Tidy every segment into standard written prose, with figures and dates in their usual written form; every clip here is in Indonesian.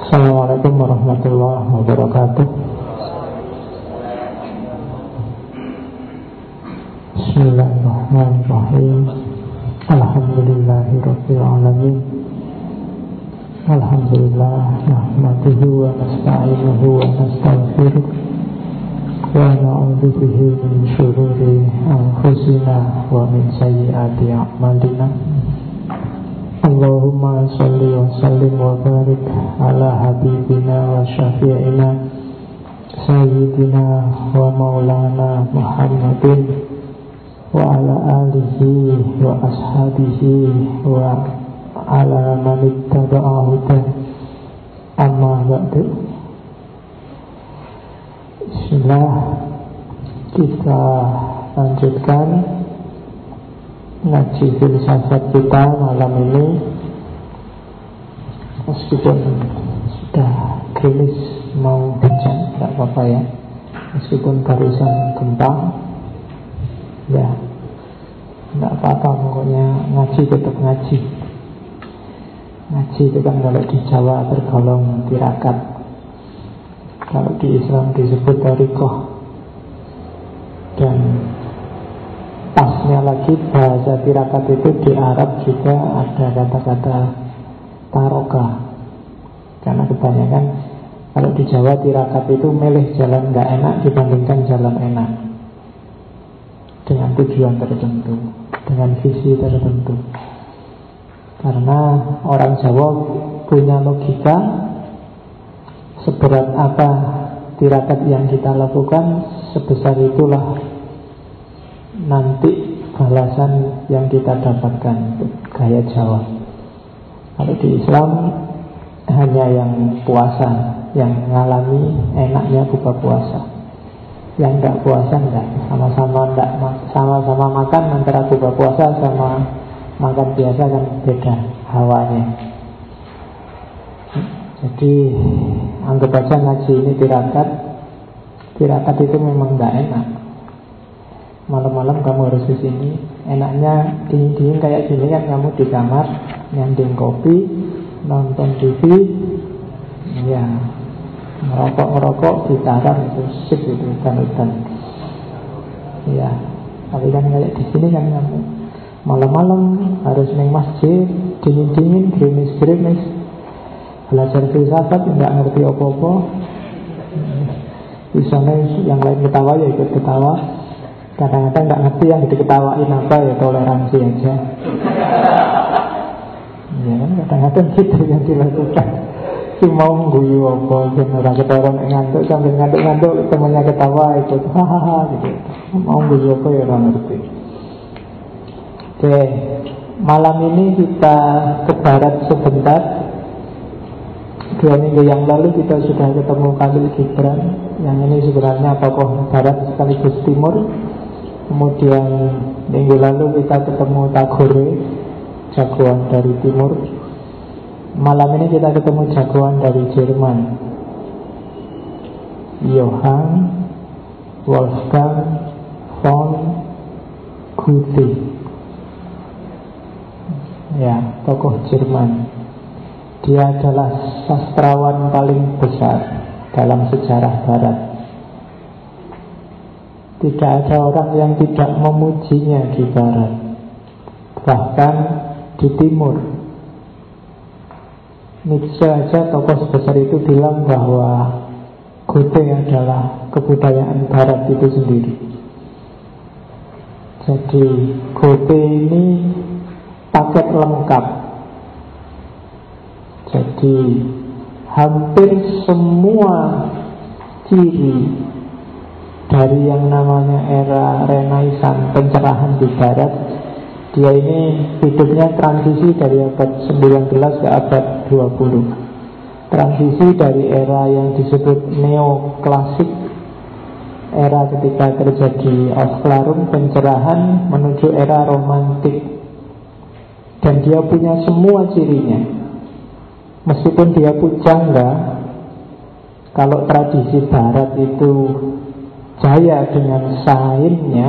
Assalamualaikum warahmatullahi wabarakatuh. Bismillahirrahmanirrahim. Alhamdulillahirabbil alamin. Alhamdulillah nahmaduhu wa nasta'inuhu wa nastaghfiruh wa na'udzu bihi min syururi anfusina wa min sayyiati a'malina. Allahumma sholli wa sallim wa barik ala habibina wa syafi'ina sayyidina wa maulana Muhammadin wa ala alihi wa ashabihi wa ala man ittaba'ahu amma ba'du. Bismillah, kita lanjutkan ngaji filsafat kita malam ini. Meskipun sudah gerimis mau hujan, tidak apa-apa ya. Meskipun barusan gempa, ya tidak apa-apa, pokoknya ngaji tetap ngaji. Ngaji itu kan kalau di Jawa tergolong tirakat, kalau di Islam disebut thariqah. Dan pasnya lagi bahasa tirakat itu di Arab juga ada kata-kata tarokah. Karena kebanyakan kalau di Jawa tirakat itu milih jalan nggak enak dibandingkan jalan enak, dengan tujuan tertentu, dengan visi tertentu. Karena orang Jawa punya logika, seberat apa tirakat yang kita lakukan, sebesar itulah nanti balasan yang kita dapatkan. Gaya Jawa. Kalau di Islam hanya yang puasa yang mengalami enaknya buka puasa, yang enggak puasa enggak, sama-sama makan. Antara buka puasa sama makan biasa kan beda hawanya. Jadi anggap aja ngaji ini tirakat. Tirakat itu memang enggak enak. Malam-malam kamu harus ke sini. Enaknya dingin-dingin kayak gini kan, kamu di kamar nyanding kopi, nonton TV, ya ngerokok gitaran itu sip itu dan ya. Tapi kan kayak di sini kan kamu malam-malam harus neng masjid, dingin-dingin, gerimis-gerimis, belajar filsafat, nggak ngerti apa-apa. Misalnya yang lain ketawa ya ikut ketawa. Kadang-kadang nggak ngerti yang diketawain apa, ya toleransi aja. Ya kan kadang-kadang gitu yang dilakukan. Si mau guyu apa, orang ketawa ngantuk sambil ngantuk-ngantuk, temannya ketawa ikut hahaha gitu. Mau guyu apa ya orang ngerti. Oke, malam ini kita ke barat sebentar. 2 minggu yang lalu kita sudah ketemu Khalil Gibran. Yang ini sebenarnya tokoh barat sekaligus timur. Kemudian minggu lalu kita ketemu Tagore, jagoan dari timur. Malam ini kita ketemu jagoan dari Jerman, Johann Wolfgang von Goethe. Ya, tokoh Jerman. Dia adalah sastrawan paling besar dalam sejarah barat. Tidak ada orang yang tidak memujinya di barat, bahkan di timur. Nietzsche aja, tokoh sebesar itu, bilang bahwa Goethe adalah kebudayaan barat itu sendiri. Jadi Goethe ini paket lengkap. Jadi hampir semua ciri dari yang namanya era Renaissance, pencerahan di barat, dia ini hidupnya transisi dari abad 19 ke abad 20. Transisi dari era yang disebut neoklasik, era ketika terjadi Aufklärung, pencerahan, menuju era romantik. Dan dia punya semua cirinya. Meskipun dia pujangga, kalau tradisi barat itu jaya dengan sainnya,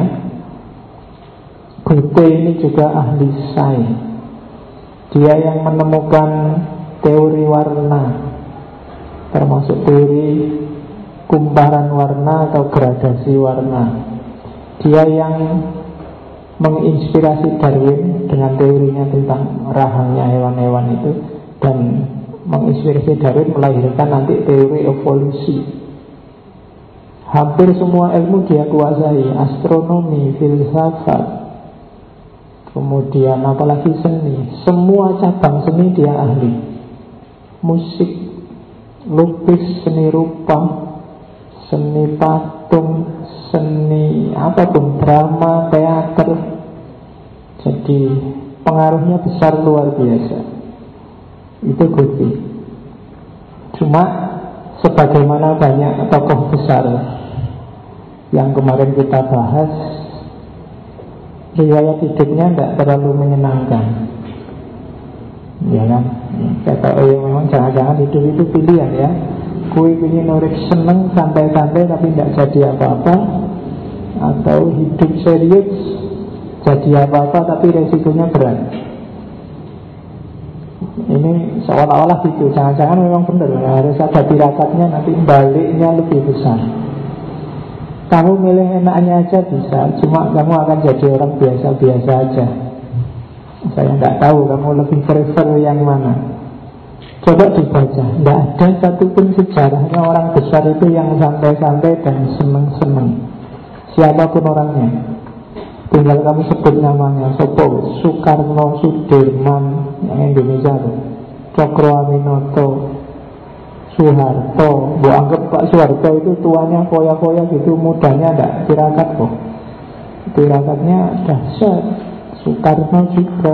Goethe ini juga ahli sains. Dia yang menemukan teori warna, termasuk teori kumparan warna atau gradasi warna. Dia yang menginspirasi Darwin dengan teorinya tentang rahangnya hewan-hewan itu, dan menginspirasi Darwin melahirkan nanti teori evolusi. Hampir semua ilmu dia kuasai, astronomi, filsafat, kemudian apalagi seni, semua cabang seni dia ahli. Musik, lukis, seni rupa, seni patung, seni apapun, drama, teater. Jadi pengaruhnya besar, luar biasa. Itu Goethe. Cuma sebagaimana banyak tokoh besar yang kemarin kita bahas, riwayat hidupnya tidak terlalu menyenangkan. Ya kan? Kata memang jangan-jangan hidup itu pilihan ya. Kue ingin urip seneng santai-santai tapi tidak jadi apa-apa, atau hidup serius jadi apa-apa tapi resikonya berat. Ini seolah-olah gitu. Jangan-jangan memang benar, harus ada tirakatnya, nanti baliknya lebih besar. Kamu milih enaknya aja bisa, cuma kamu akan jadi orang biasa-biasa aja. Saya tidak tahu kamu lebih prefer yang mana. Coba dibaca, tidak ada satupun sejarahnya orang besar itu yang santai-santai dan seneng-seneng. Siapapun orangnya, tinggal kamu sebut namanya. Sopo, Soekarno, Sudirman, yang Indonesia tuh, Cokro Aminoto, Soeharto. Bu anggap Pak Soeharto itu tuanya koya-koya gitu, mudanya tidak tirakat kok. Tirakatnya dahsyat. Soekarno juga,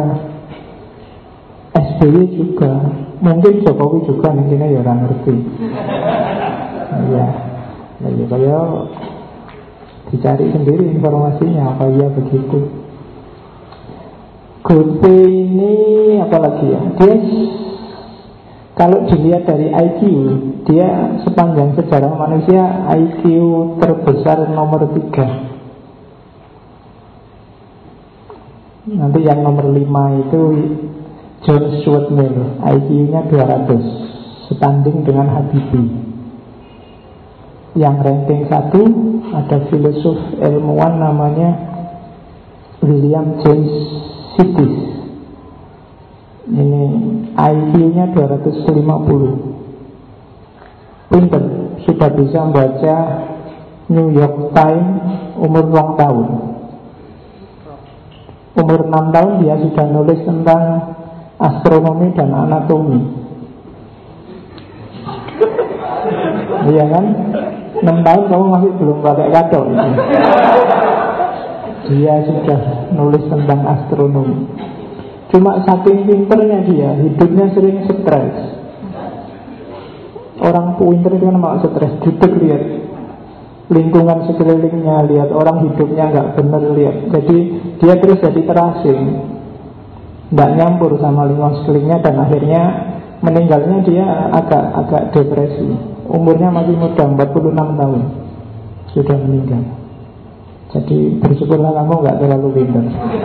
SBY juga, mungkin Jokowi juga, mungkinnya ya orang ngerti. Ya, kayak dicari sendiri informasinya apa ya begitu. Goethe ini apalagi ya, dia kalau dilihat dari IQ, dia sepanjang sejarah manusia IQ terbesar nomor 3. Nanti yang nomor 5 itu John Stuart Mill, IQ-nya 200, setanding dengan Habibie. Yang ranking 1 ada filosof ilmuwan namanya William James Sidis. Ini IQ-nya 250. Pinter, sudah bisa membaca New York Times umur 2 tahun. Umur 6 tahun dia sudah nulis tentang astronomi dan anatomi. Iya kan? 6 tahun kamu masih belum pakai kado. Dia sudah nulis tentang astronomi. Cuma saking pinternya dia, hidupnya sering stres. Orang pinter itu kan mau stres, duduk lihat lingkungan sekelilingnya, lihat orang hidupnya nggak benar, lihat. Jadi dia terus jadi terasing, nggak nyampur sama lingkungan sekelilingnya, dan akhirnya meninggalnya dia agak depresi. Umurnya masih muda, 46 tahun sudah meninggal. Jadi bersyukurlah kamu nggak terlalu pintar.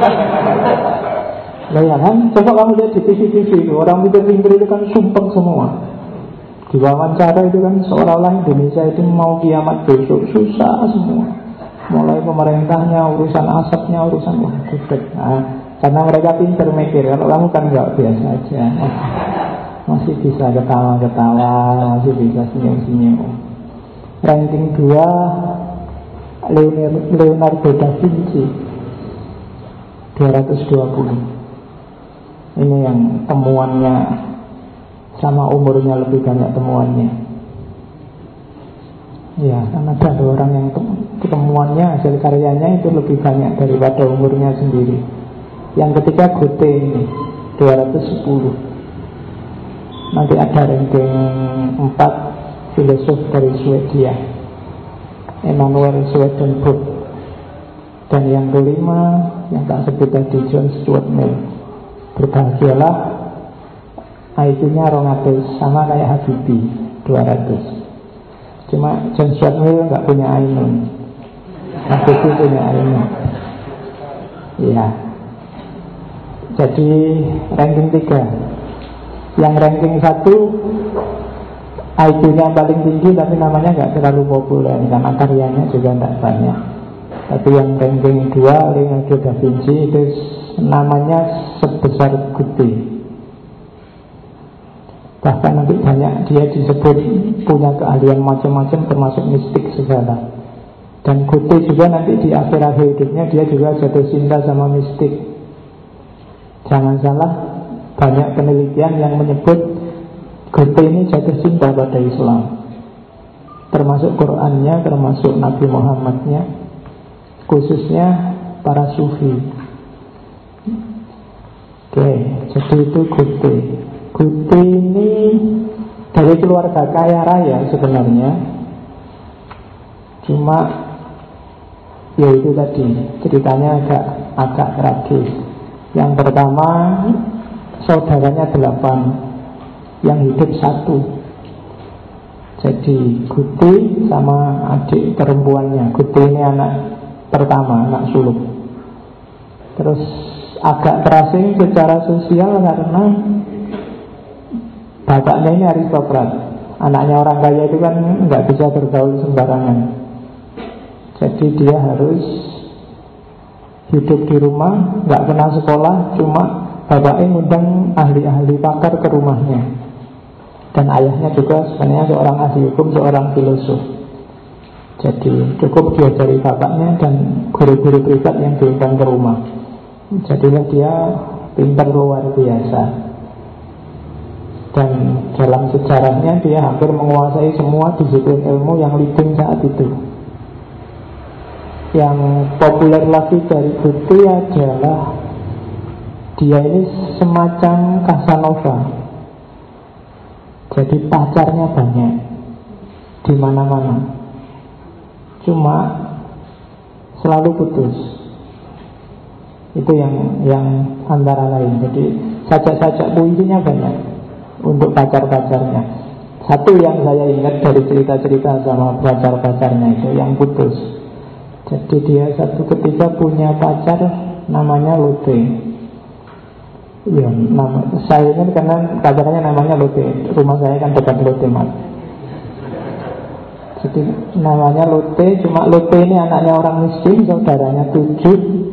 Lah ya kan, coba kamu lihat di TV itu, orang pintar-pintar itu kan sumpah semua. Di wawancara itu kan seolah-olah Indonesia itu mau kiamat besok, susah semua. Mulai pemerintahnya, urusan asapnya, urusan gudeg. Karena mereka pintar mikir. Kalau kamu kan nggak, biasa aja. Masih bisa ketawa-ketawa, masih bisa senyum-senyum. Ranking 2 Leonardo da Vinci 220. Ini yang temuannya sama umurnya lebih banyak temuannya. Ya, karena ada orang yang temuannya, hasil karyanya itu lebih banyak daripada umurnya sendiri. Yang ketiga Goethe ini 210. Nanti ada ranking 4 filosof dari Swedia, Emanuel Swedenborg. Dan yang kelima yang tak sebut tadi, John Stuart Mill. Berbahagialah, IQ-nya 200, sama kayak Habibie 200. Cuma John Stuart Mill nggak punya ainun, Habibie punya ainun. Ya. Jadi ranking 3. Yang ranking 1 IQ-nya paling tinggi tapi namanya nggak terlalu populer karena karyanya juga nggak banyak. Tapi yang ranking 2 Leonardo da Vinci itu namanya sebesar Guti. Bahkan nanti banyak dia disebut punya keahlian macam-macam termasuk mistik segala. Dan Guti juga nanti di akhir-akhir hidupnya dia juga jatuh cinta sama mistik. Jangan salah, banyak penelitian yang menyebut Goethe ini jatuh cinta pada Islam, termasuk Qurannya, termasuk Nabi Muhammadnya, khususnya para sufi. Oke, jadi itu Goethe. Goethe ini dari keluarga kaya raya sebenarnya, cuma ya itu tadi ceritanya agak tragis. Yang pertama, saudaranya 8, yang hidup 1. Jadi Guti sama adik perempuannya. Guti ini anak pertama, anak sulung. Terus agak terasing secara sosial karena bapaknya ini aristokrat. Anaknya orang kaya itu kan nggak bisa bergaul sembarangan. Jadi dia harus hidup di rumah, nggak pernah sekolah, cuma bapaknya ngundang ahli-ahli pakar ke rumahnya. Dan ayahnya juga sebenarnya seorang ahli hukum, seorang filosof. Jadi cukup diajari bapaknya dan guru-guru privat yang diundang ke rumah. Jadilah dia pintar luar biasa. Dan dalam sejarahnya dia hampir menguasai semua disiplin ilmu yang leading saat itu. Yang populer lagi dari Goethe adalah dia ini semacam Casanova. Jadi pacarnya banyak di mana-mana, cuma selalu putus. Itu yang antara lain. Jadi sajak-sajak puisinya banyak untuk pacar-pacarnya. Satu yang saya ingat dari cerita-cerita sama pacar-pacarnya itu yang putus. Jadi dia satu ketika punya pacar namanya Lotte. Ya, saya ingat karena pacarnya namanya Lotte. Rumah saya kan dekat Lotte Mart. Jadi namanya Lotte. Cuma Lotte ini anaknya orang miskin, saudaranya 7.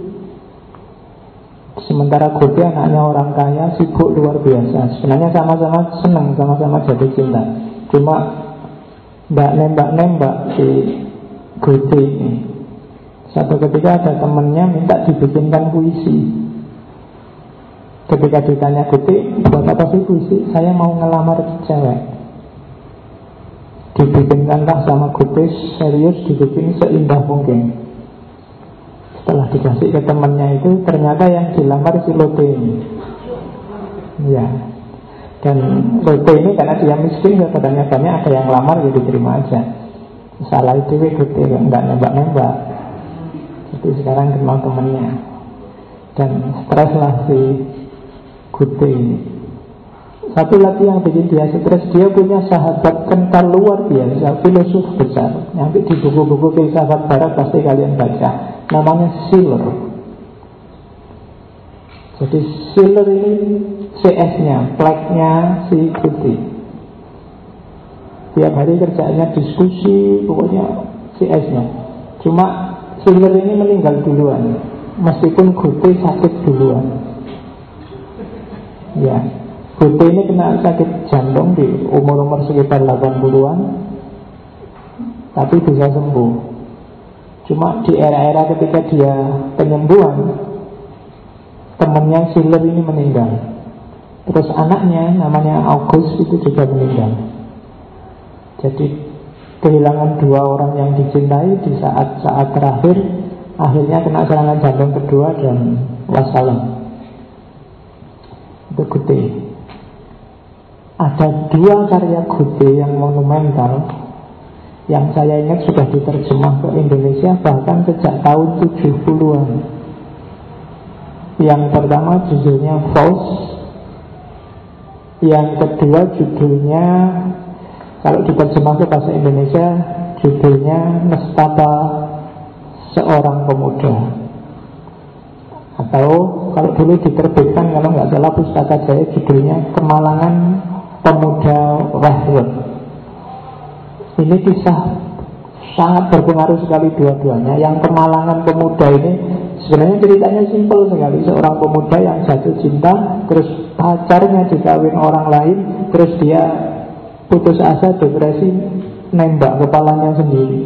Sementara Goethe anaknya orang kaya, sibuk luar biasa. Sebenarnya sama-sama senang, sama-sama jatuh cinta. Cuma nggak nembak-nembak si Goethe ini. Satu ketika ada temennya minta dibikinkan puisi. Ketika ditanya Goethe, buat apa sih puisi? Saya mau ngelamar cewek. Dibikinkanlah sama Goethe, serius dibikin seindah mungkin. Setelah dikasih ke temannya itu, ternyata yang dilamar si Lotte ini. Ya. Dan Lotte ini karena dia miskin, katanya banyak ada yang lamar, ya diterima aja. Salah itu Goethe, nggak nembak-nembak. Jadi sekarang kenal temannya. Dan stres lah si Goethe ini. Satu lagi yang bikin dia stres, dia punya sahabat kental luar biasa, filosof besar. Nanti di buku-buku filsafat barat pasti kalian baca. Namanya Schiller. Jadi Schiller ini CS-nya, plek-nya si Goethe. Tiap hari kerjaannya diskusi, pokoknya CS-nya. Cuma Schiller ini meninggal duluan, meskipun Goethe sakit duluan. Ya, Goethe ini kena sakit jantung di umur-umur sekitar 80-an, tapi bisa sembuh. Cuma di era-era ketika dia penyembuhan, temannya Schiller ini meninggal. Terus anaknya namanya August itu juga meninggal. Jadi kehilangan 2 orang yang dicintai di saat-saat terakhir, akhirnya kena serangan jantung kedua dan wassalam. Itu Goethe. Ada 2 karya Goethe yang monumental, yang saya ingat sudah diterjemah ke Indonesia bahkan sejak tahun 70-an. Yang pertama judulnya Faust. Yang kedua judulnya, kalau diterjemah ke bahasa Indonesia, judulnya Nestapa Seorang Pemuda. Atau kalau dulu diterbitkan, kalau nggak salah Pustaka Jaya, judulnya Kemalangan Pemuda Westwood. Ini kisah sangat berpengaruh sekali dua-duanya. Yang kemalangan pemuda ini sebenarnya ceritanya simpel sekali. Seorang pemuda yang jatuh cinta, terus pacarnya dikawin orang lain, terus dia putus asa, depresi, nembak kepalanya sendiri.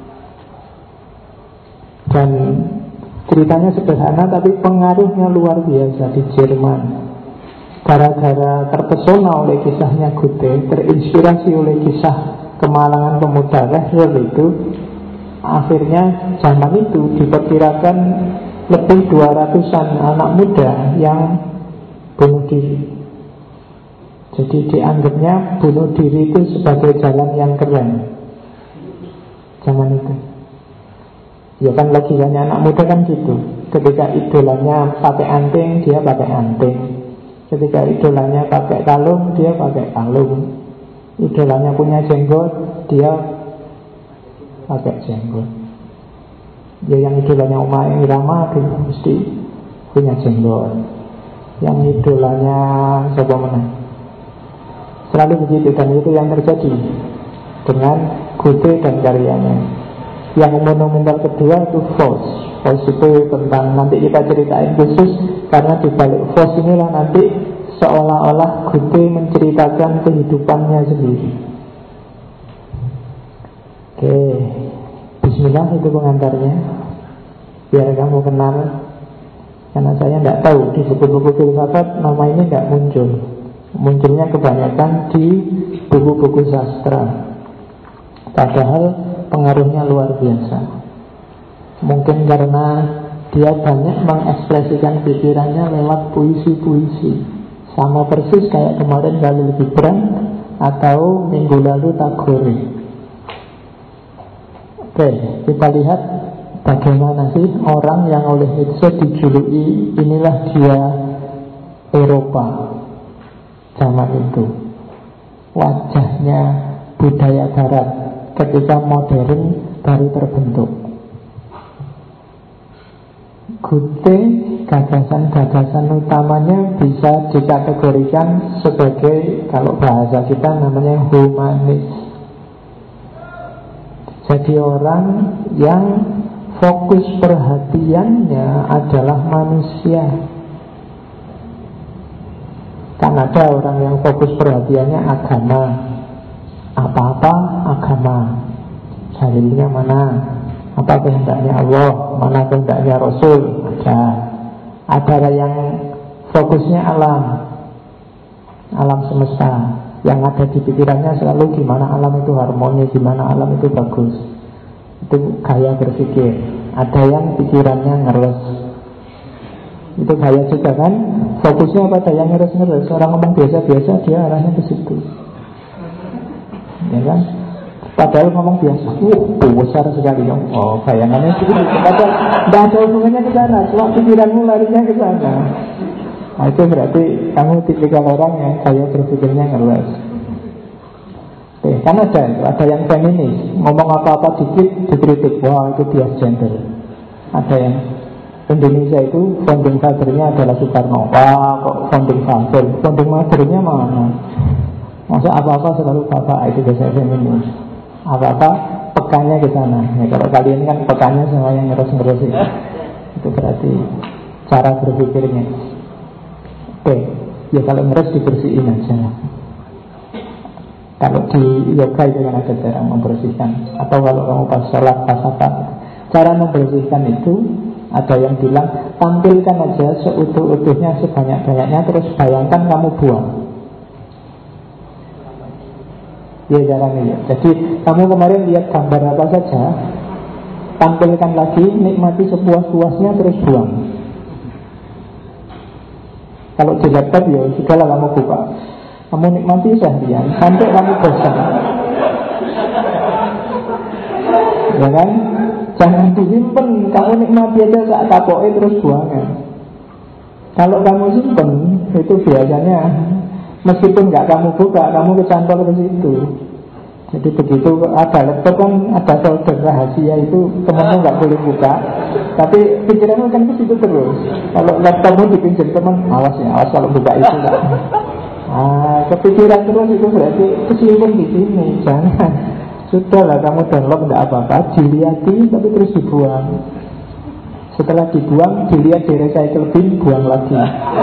Dan ceritanya sederhana tapi pengaruhnya luar biasa di Jerman. Gara-gara terpesona oleh kisahnya Goethe, terinspirasi oleh kisah kemalangan pemuda Rachel itu, akhirnya zaman itu diperkirakan lebih 200-an anak muda yang bunuh diri. Jadi dianggapnya bunuh diri itu sebagai jalan yang keren zaman itu. Ya kan logikanya anak muda kan gitu. Ketika idolanya pakai anting, dia pakai anting. Ketika idolanya pakai kalung, dia pakai kalung. Idolanya punya jenggot, dia pakai jenggot. Ya yang idolanya Uma Irama, dia mesti punya jenggot. Yang idolanya siapa mana? Selalu begitu, dan itu yang terjadi dengan Goethe dan karyanya. Yang monumental kedua itu Faust. Faust itu tentang, nanti kita ceritain khusus, karena di balik Faust inilah nanti seolah-olah Goethe menceritakan kehidupannya sendiri. Oke, bismillah, itu pengantarnya, biar kamu kenal. Karena saya tidak tahu di buku-buku filsafat nama ini tidak muncul. Munculnya kebanyakan di buku-buku sastra. Padahal pengaruhnya luar biasa. Mungkin karena dia banyak mengekspresikan pikirannya lewat puisi-puisi. Sama persis kayak kemarin Khalil Gibran atau minggu lalu Tagore. Oke, kita lihat bagaimana sih orang yang oleh Nietzsche dijuluki inilah dia Eropa zaman itu. Wajahnya budaya barat ketika modern baru terbentuk. Goethe, gagasan-gagasan utamanya bisa dikategorikan sebagai, kalau bahasa kita namanya humanis. Jadi orang yang fokus perhatiannya adalah manusia. Kan ada orang yang fokus perhatiannya agama, apa-apa agama, dalilnya mana, apa kehendaknya Allah, mana kehendaknya Rasul. Ada yang fokusnya alam semesta, yang ada di pikirannya selalu gimana alam itu harmoni, gimana alam itu bagus. Itu gaya berpikir. Ada yang pikirannya ngeres, itu gaya juga kan. Fokusnya pada yang ngeres-ngeres. Orang ngomong biasa-biasa, dia arahnya ke situ, ya kan. Padahal ngomong biasa, besar sekali dong. Oh, bayangannya itu padahal tidak ada hubungannya ke sana. Cuma pikiranmu larinya ke sana. Nah, itu berarti kamu tipikal orang yang gaya berpikirnya ngeres. Kan ada yang feminis, ngomong apa-apa dikit dikritik, wah itu bias gender. Ada yang Indonesia itu founding father-nya adalah Soekarno, wah kok founding father, founding mother-nya mana? Masa apa-apa selalu bapak, itu biasa feminis. Apa-apa pekannya ke sana. Ya, kalau kalian kan pekannya sama yang ngeres-ngeres itu berarti cara berpikirnya. Oke, ya kalau ngeres dibersihin aja. Kalau di yoga itu kan ada cara membersihkan. Atau kalau kamu pas sholat, pas apa, cara membersihkan itu ada yang bilang tampilkan aja seutuh-utuhnya, sebanyak-banyaknya, terus bayangkan kamu buang. Ya caranya ya. Jadi kamu kemarin lihat gambar apa saja, tampilkan lagi, nikmati sepuas-puasnya, terus buang. Kalau di laptop ya sudahlah, kamu buka, kamu nikmati seharian sampai kamu bosan, ya kan? Jangan disimpan, kamu nikmati aja saat kapoknya terus buangnya. Kalau kamu simpen, itu biasanya meskipun nggak kamu buka, kamu kecantol ke situ. Jadi begitu ada laptop kan ada folder rahasia itu temanmu nggak boleh buka, tapi pikiranmu kan ke situ terus. Kalau laptopmu dipinjam teman, awas ya, awas kalau buka itu lah. Kepikiran terus itu berarti kesimpan di sini. Jangan Sudahlah kamu download, tidak apa-apa, dilihatin tapi terus dibuang. Setelah dibuang, dilihat di recycle bin, buang lagi.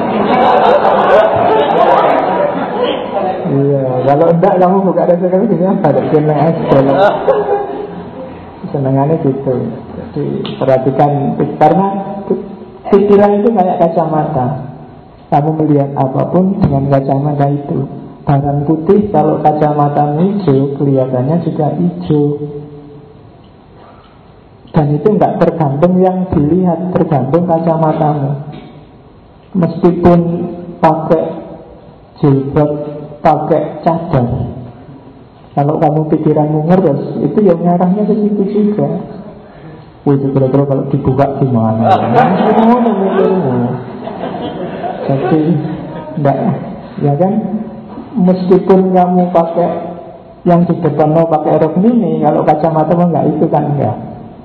Iya, kalau enggak kamu buka recycle bin apa? Ada kena es dalam. Senengannya gitu. Jadi perhatikan, karena pikiran itu kayak kacamata. Kamu melihat apapun dengan kacamata itu. Barang putih kalau kacamata hijau, kelihatannya juga hijau. Dan itu enggak tergantung yang dilihat, tergantung kacamatamu. Meskipun pakai jilbab, pakai cadar, kalau kamu pikiranmu ngeres, itu yang ngarahnya ke situ juga. Itu kira-kira kalau dibuka gimana? Jadi enggak, ya kan? Meskipun kamu pakai yang di depan mau pakai rok mini, kalau kacamata enggak, itu kan enggak.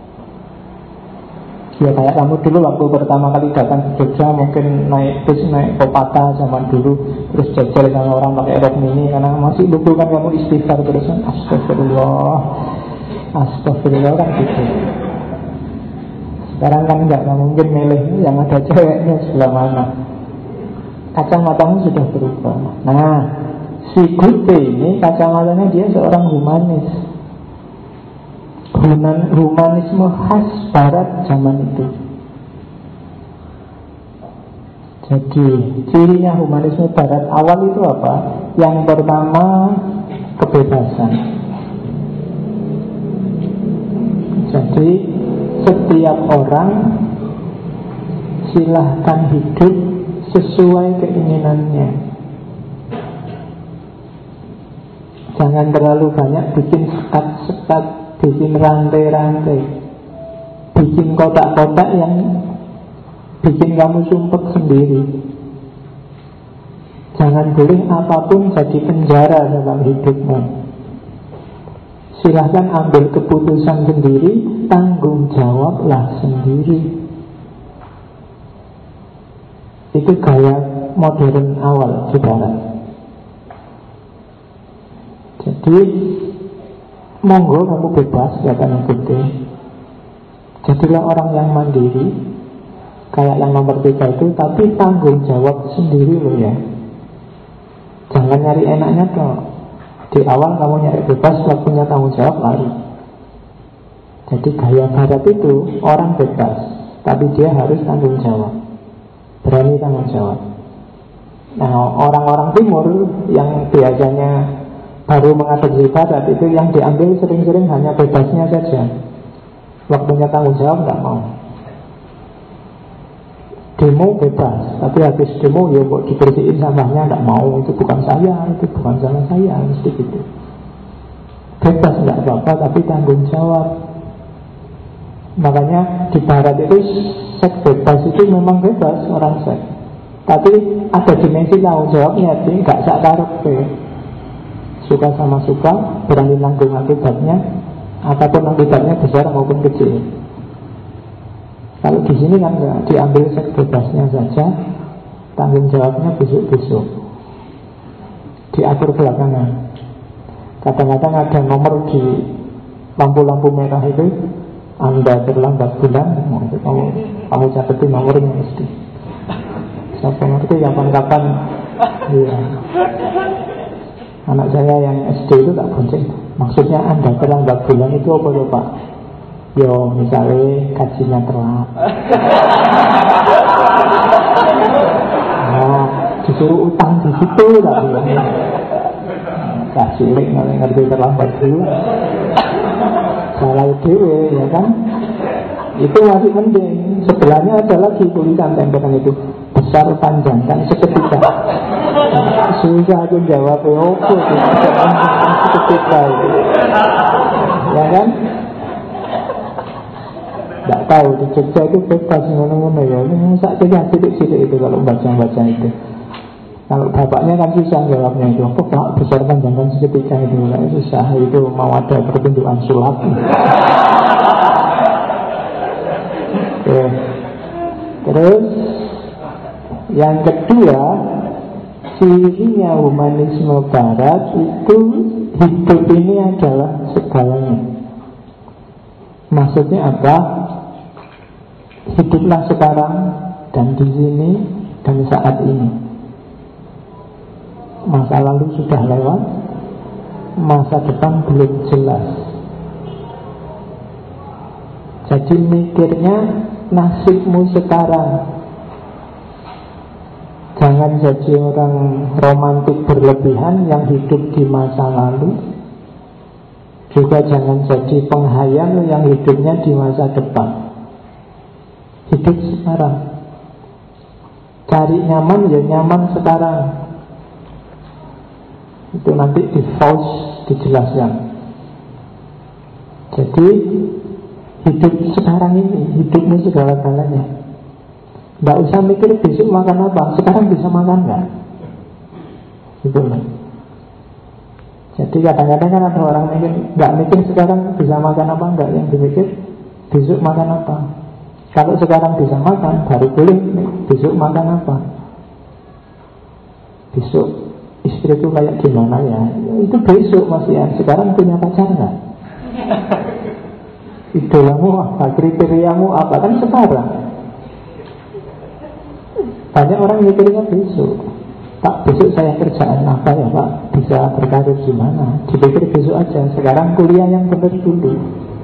Ya kayak kamu dulu waktu pertama kali datang ke Jogja, mungkin naik bus, naik Kopata zaman dulu, terus jajal sama orang pakai rok mini, karena masih lugu kan kamu istighfar terus, astagfirullah, astagfirullah kan gitu. Sekarang kan enggak mungkin milih yang ada ceweknya sebelah mana. Kacamatanya sudah berubah. Nah, si Goethe ini kacamatanya dia seorang humanis. Humanisme khas barat zaman itu. Jadi cirinya humanisme barat awal itu apa? Yang pertama, kebebasan. Jadi setiap orang silahkan hidup sesuai keinginannya. Jangan terlalu banyak bikin sekat-sekat, bikin rantai-rantai, bikin kotak-kotak yang bikin kamu sumpek sendiri. Jangan boleh apapun jadi penjara dalam hidupmu. Silahkan ambil keputusan sendiri, tanggung jawablah sendiri. Itu gaya modern awal di barat. Jadi monggo kamu bebas, kata Goethe. Jadilah orang yang mandiri, kayak yang nomor 3 itu, tapi tanggung jawab sendiri loh ya. Jangan nyari enaknya toh. Di awal kamu nyari bebas, waktunya tanggung jawab lari. Jadi gaya barat itu orang bebas, tapi dia harus tanggung jawab, berani tanggung jawab. Nah, orang-orang timur yang biasanya baru mengadopsi barat itu yang diambil sering-sering hanya bebasnya saja. Waktunya tanggung jawab nggak mau. Demo bebas, tapi habis demo ya kok dibersihin sampahnya nggak mau. Itu bukan saya, itu bukan salah saya, mesti gitu. Bebas nggak apa-apa, tapi tanggung jawab. Makanya di barat itu seks bebas itu memang bebas orang seks, tapi ada dimensi tanggung jawabnya. Jadi nggak sakarep suka sama suka, berani nanggung akibatnya, apapun akibatnya besar maupun kecil. Kalau di sini kan nggak, diambil seks bebasnya saja, tanggung jawabnya besok-besok, diatur belakangan. Kadang-kadang ada nomor di lampu-lampu merah itu, Anda terlambat bulan, kamu catetin nomornya mesti. Siapa ngerti kapan-kapan, iya. Anak saya yang SD itu tak bonceng. Maksudnya Anda terlambat bulan itu apa ya Pak? Yo misalnya gajinya telat. Nah, disuruh utang di situ tak bilang. Kasih link ngerti terlambat dulu. Salah dewe ya kan? Itu masih penting. Sebelahnya ada lagi tulisan tempelan itu, besar panjang kan seketika. Susah aku jawab opo seketika itu. Ya kan? Tidak tahu di Jogja itu bebas ngono-ngono ya. Sak sidik-sidik itu kalau baca-baca itu. Kalau bapaknya kan susah jawabnya itu. Kok Pak besar panjang kan seketika itu? Nah, susah itu, mau ada pertunjukan sulap. Oke. Terus yang kedua, cirinya humanisme barat itu hidup ini adalah segalanya. Maksudnya apa? Hiduplah sekarang dan di sini dan saat ini. Masa lalu sudah lewat, masa depan belum jelas. Jadi mikirnya nasibmu sekarang. Jangan jadi orang romantik berlebihan yang hidup di masa lalu. Juga jangan jadi penghayal yang hidupnya di masa depan. Hidup sekarang. Cari nyaman ya nyaman sekarang. Itu nanti di Faust dijelaskan. Jadi hidup sekarang ini, hidupmu segala-galanya. Tidak usah mikir besok makan apa, sekarang bisa makan nggak? Gitu loh. Jadi kadang-kadang kan ada orang mikir, nggak mikir sekarang bisa makan apa enggak, yang dimikir besok makan apa. Kalau sekarang bisa makan, baru boleh besok makan apa. Besok istriku kayak gimana ya? Itu besok masih ya. Sekarang punya pacar nggak? Idolamu apa? Kriteriamu apa? Kan sekarang. Banyak orang mikirnya besok. Pak, besok saya kerjaan apa ya Pak? Bisa berkarir gimana? Dipikir besok aja. Sekarang kuliah yang benar dulu.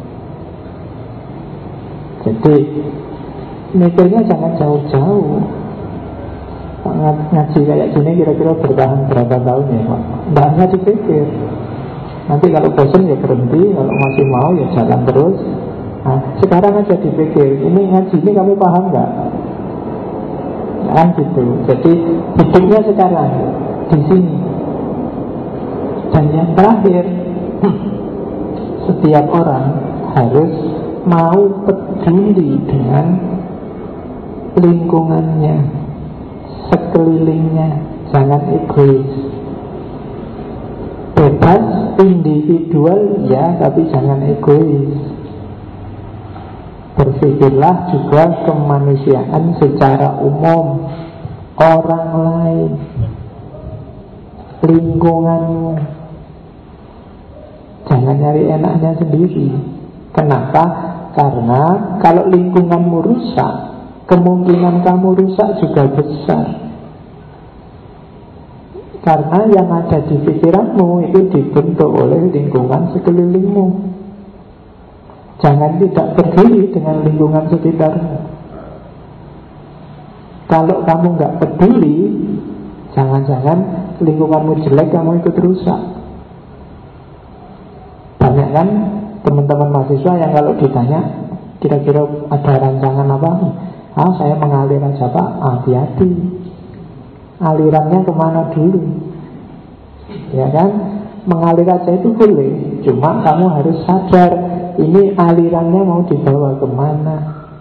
Jadi mikirnya jangan jauh-jauh. Pak, ngaji kayak gini kira-kira bertahan berapa tahun ya Pak? Tidak hanya dipikir. Nanti kalau bosan ya berhenti. Kalau masih mau ya jalan terus. Nah, sekarang aja dipikir. Ini ngaji ini kamu paham nggak? Kan gitu. Jadi hidupnya sekarang di sini. Dan yang terakhir, setiap orang harus mau peduli dengan lingkungannya, sekelilingnya. Jangan egois. Bebas individual ya, tapi jangan egois. Berpikirlah juga kemanusiaan secara umum, orang lain, lingkunganmu. Jangan nyari enaknya sendiri. Kenapa? Karena kalau lingkunganmu rusak, kemungkinan kamu rusak juga besar. Karena yang ada di pikiranmu itu dibentuk oleh lingkungan sekelilingmu. Jangan tidak peduli dengan lingkungan sekitarmu. Kalau kamu nggak peduli, jangan-jangan lingkunganmu jelek, kamu ikut rusak. Banyak kan teman-teman mahasiswa yang kalau ditanya kira-kira ada rancangan apa? Saya mengalir aja Pak. Hati-hati. Alirannya kemana dulu? Ya kan? Mengalir aja itu boleh. Cuma kamu harus sadar ini alirannya mau dibawa kemana.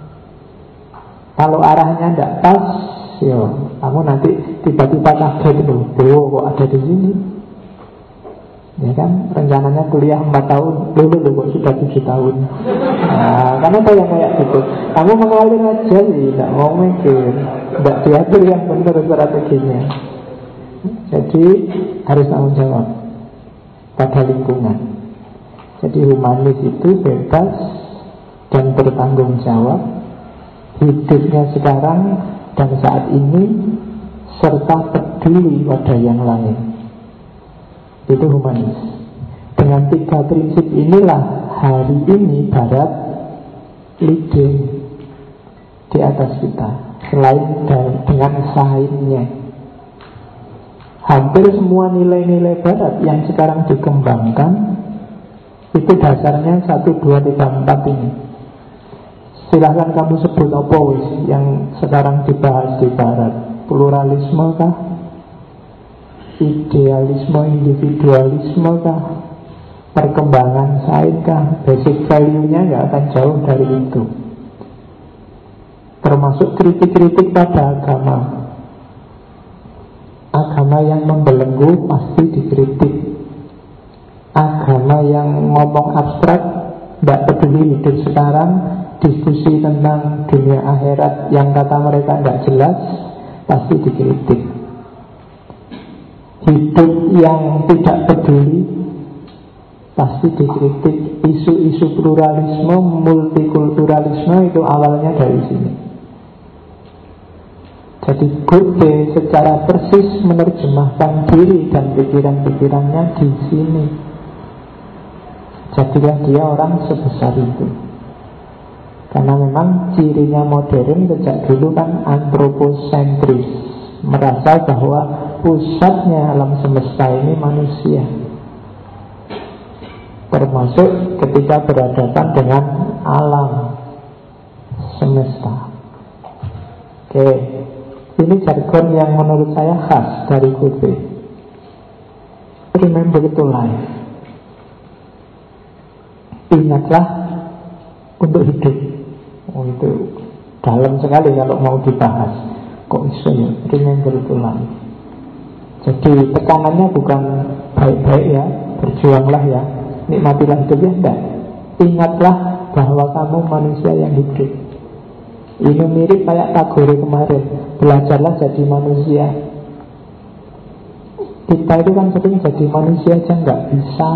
Kalau arahnya tidak pas, yo, kamu nanti tiba-tiba kaget loh, kok ada di sini. Ya kan, rencananya kuliah 4 tahun, dulu kok sudah 7 tahun. Nah, karena ada yang kayak gitu. Kamu mengalir aja sih, tidak mau mikir, tidak diatur yang benar strateginya. Jadi harus tanggung jawab pada lingkungan. Jadi humanis itu bebas dan bertanggung jawab hidupnya sekarang dan saat ini, serta peduli pada yang lain. Itu humanis. Dengan 3 prinsip inilah hari ini Barat leading di atas kita. Selain dengan sainnya, hampir semua nilai-nilai Barat yang sekarang dikembangkan itu dasarnya 1, 2, 3, 4 ini. Silahkan kamu sebut apa yang sekarang dibahas di Barat. Pluralisme kah? Idealisme, individualisme kah? Perkembangan sains kah? Basic value-nya nggak akan jauh dari itu. Termasuk kritik-kritik pada agama. Agama yang membelenggu pasti dikritik. Agama yang ngomong abstrak, tidak peduli hidup sekarang, diskusi tentang dunia akhirat yang kata mereka tidak jelas, pasti dikritik. Hidup yang tidak peduli pasti dikritik. Isu-isu pluralisme, multikulturalisme itu awalnya dari sini. Jadi Goethe secara persis menerjemahkan diri dan pikiran-pikirannya di sini. Jadilah dia orang sebesar itu. Karena memang cirinya modern sejak dulu kan antroposentris, merasa bahwa pusatnya alam semesta ini manusia, termasuk ketika berhadapan dengan alam semesta. Oke, ini jargon yang menurut saya khas dari Goethe. Remember to life. Ingatlah untuk hidup. Oh, itu dalam sekali kalau mau dibahas. Kok bisa ya? Remember to life. Jadi tekanannya bukan baik-baik ya, berjuanglah ya, nikmatilah hidup ya, enggak. Ingatlah bahwa kamu manusia yang hidup. Ini mirip kayak Tagore kemarin, belajarlah jadi manusia. Kita itu kan sering jadi manusia aja nggak bisa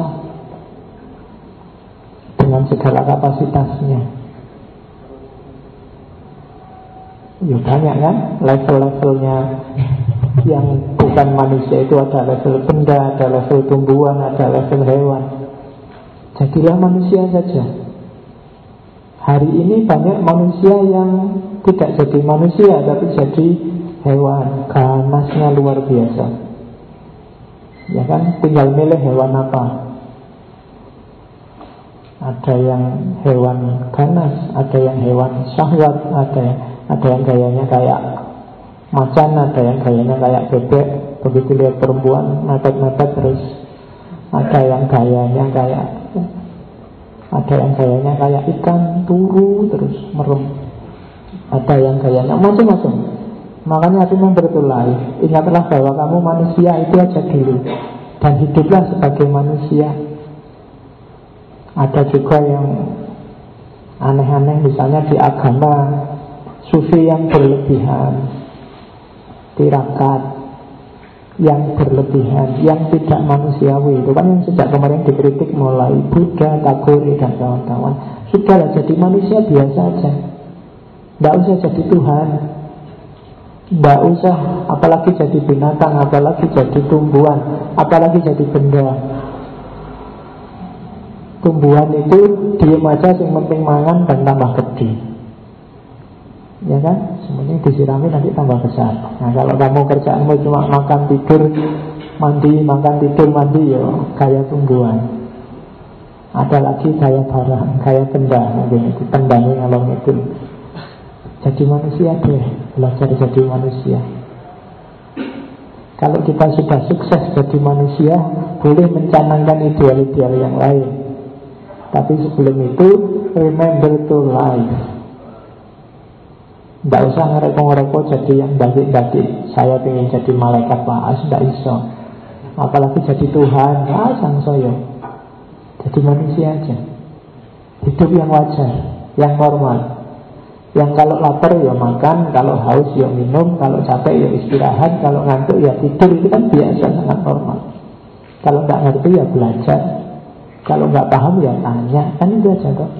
dengan segala kapasitasnya. Ya banyak kan level-levelnya. Yang bukan manusia itu ada level benda, ada level tumbuhan, ada level hewan. Jadilah manusia saja. Hari ini banyak manusia yang tidak jadi manusia tapi jadi hewan. Ganasnya luar biasa. Ya kan, tinggal milih hewan apa. Ada yang hewan ganas, ada yang hewan syahwat, ada yang gayanya kayak macan, ada yang gayanya kayak bebek. Begitu lihat perempuan mepet-mepet terus. Ada yang gayanya kayak ikan, turu terus merem. Ada yang gayanya macam-macam. Makanya remember to life. Ingatlah bahwa kamu manusia itu aja dulu, dan hiduplah sebagai manusia. Ada juga yang aneh-aneh, misalnya di agama sufi yang berlebihan, tirakat yang berlebihan, yang tidak manusiawi. Itu kan yang sejak kemarin dikritik mulai Buddha, Tagore dan kawan-kawan. Sudahlah, jadi manusia biasa aja, tidak usah jadi Tuhan, tidak usah apalagi jadi binatang, apalagi jadi tumbuhan, apalagi jadi benda. Tumbuhan itu diem aja, yang penting mangan dan tambah gede. Ya kan? Semuanya disirami nanti tambah besar. Nah kalau kamu kerjaanmu cuma makan tidur mandi, makan tidur mandi, ya gaya tumbuhan. Ada lagi gaya barang, gaya benda. Mungkin itu tendangnya ngalong itu. Jadi manusia deh, belajar jadi manusia. Kalau kita sudah sukses jadi manusia, boleh mencanangkan ideal-ideal yang lain. Tapi sebelum itu, remember to life. Tidak usah ngerepok-ngerepok jadi yang batik-batik. Saya ingin jadi malaikat Pak, tidak iso. Apalagi jadi Tuhan, sang soyo. Jadi manusia aja. Hidup yang wajar, yang normal. Yang kalau lapar ya makan, kalau haus ya minum, kalau capek ya istirahat, kalau ngantuk ya tidur. Itu kan biasa, sangat normal. Kalau nggak ngerti ya belajar, kalau nggak paham ya tanya. Kan itu aja kok.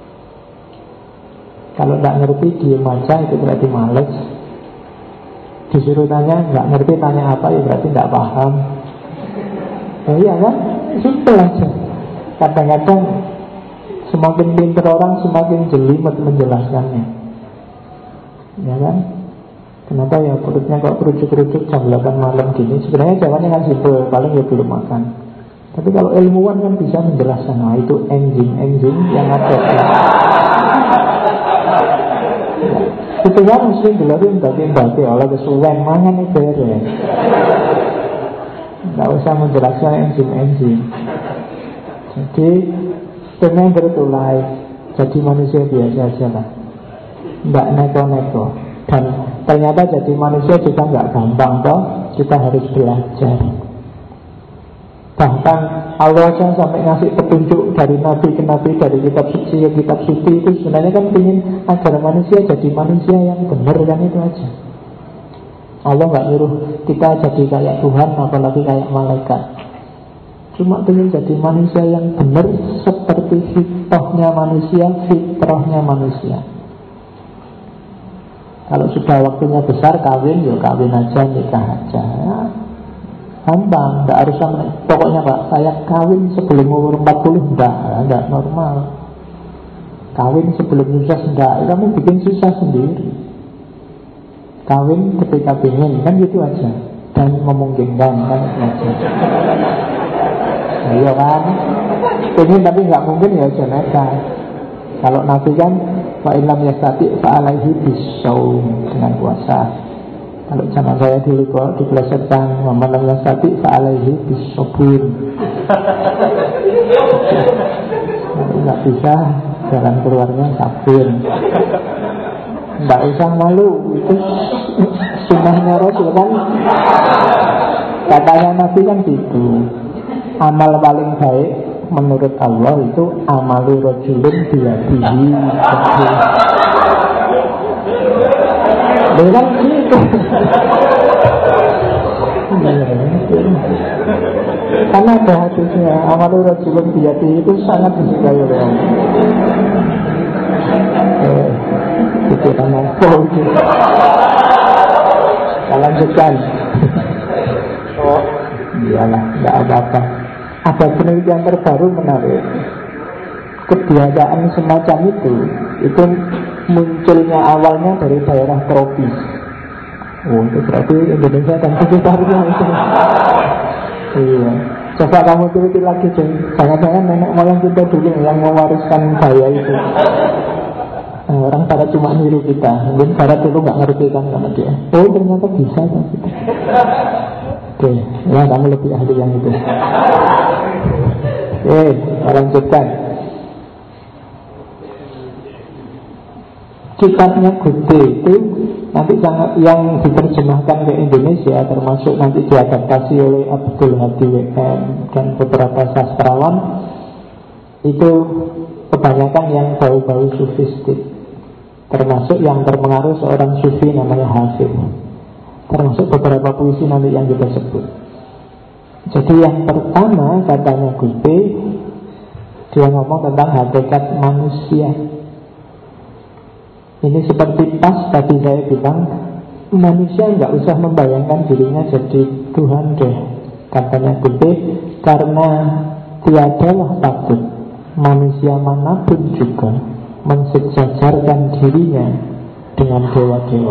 Kalau nggak ngerti diem aja, itu berarti males. Disuruh tanya, nggak ngerti tanya apa, ya berarti nggak paham. Oh iya kan, simpel aja. Kadang-kadang semakin pintar orang, semakin jelimet menjelaskannya. Ya kan? Kenapa ya perutnya kok kerucuk-kerucuk jam 8 malam gini? Sebenarnya jawabannya kan simpel, paling ya belum makan. Tapi kalau ilmuwan kan bisa menjelaskan, nah itu enzim yang ada. Itu kan mesti dilakuin bagi oleh kesuwen mangan itu ya. Nggak usah menjelaskan enzim. Jadi remember to life. Jadi manusia biasa aja lah, nggak neko-neko. Dan ternyata jadi manusia juga nggak gampang toh. Kita harus belajar. Bahkan Allah aja sampai ngasih petunjuk dari nabi ke nabi, dari kitab suci ke kitab suci. Itu sebenarnya kan ingin agar manusia jadi manusia yang benar, kan itu aja. Allah nggak nyuruh kita jadi kayak Tuhan, apalagi kayak malaikat. Cuma pengen jadi manusia yang benar seperti fitrahnya manusia. Kalau sudah waktunya besar kawin, ya kawin aja, nikah aja ya. Gampang, nggak harus sama. Pokoknya Pak, saya kawin sebelum umur 40, enggak normal. Kawin sebelum susah, enggak, kamu bikin susah sendiri. Kawin ketika pengen, kan gitu aja. Dan memungkinkan, kan gitu aja. Iya kan, pengen tapi nggak mungkin, ya aja nikah. Kalau Nabi kan fa illam yastati fa alaihi bisawm, dengan puasa. Kalau zaman saya dulu kok dipelesetkan wa man lam yastati fa alaihi bisabur. Kalau nggak bisa, jalan keluarnya sabur. Nggak usah malu, itu sunnahnya Rasul kan. Katanya Nabi kan gitu. Amal paling baik menurut Allah itu amalu rajulun biyadihi. Dengan gitu. Karena ada hadisnya amalu rajulun biyadihi itu sangat disukai oleh Allah. Itu kan apa itu? Kita lanjutkan. Oh, iyalah, tidak apa-apa. Ada penelitian terbaru menarik. Kebiasaan semacam itu munculnya awalnya dari daerah tropis. Oh, itu berarti Indonesia dan sekitarnya itu. Iya. Coba kamu teliti lagi, jangan-jangan nenek moyang kita dulu yang mewariskan gaya itu. Orang barat cuma niru kita. Mungkin barat dulu nggak ngerti kan sama dia. Oh, ternyata bisa kan kita. Oke, ya kamu lebih ahli yang itu. Oke, lanjutkan. Kitabnya Gede itu nanti yang diterjemahkan ke Indonesia, termasuk nanti diadaptasi oleh Abdul Hadi WM dan beberapa sastrawan, itu kebanyakan yang bau-bau sufistik, termasuk yang terpengaruh seorang sufi namanya Hafid, termasuk beberapa puisi nanti yang kita sebut. Jadi yang pertama katanya Gede, dia ngomong tentang hakikat manusia. Ini seperti pas tadi saya bilang, manusia nggak usah membayangkan dirinya jadi Tuhan deh, katanya Gede, karena tiadalah patut manusia manapun juga mensejajarkan dirinya dengan dewa-dewa.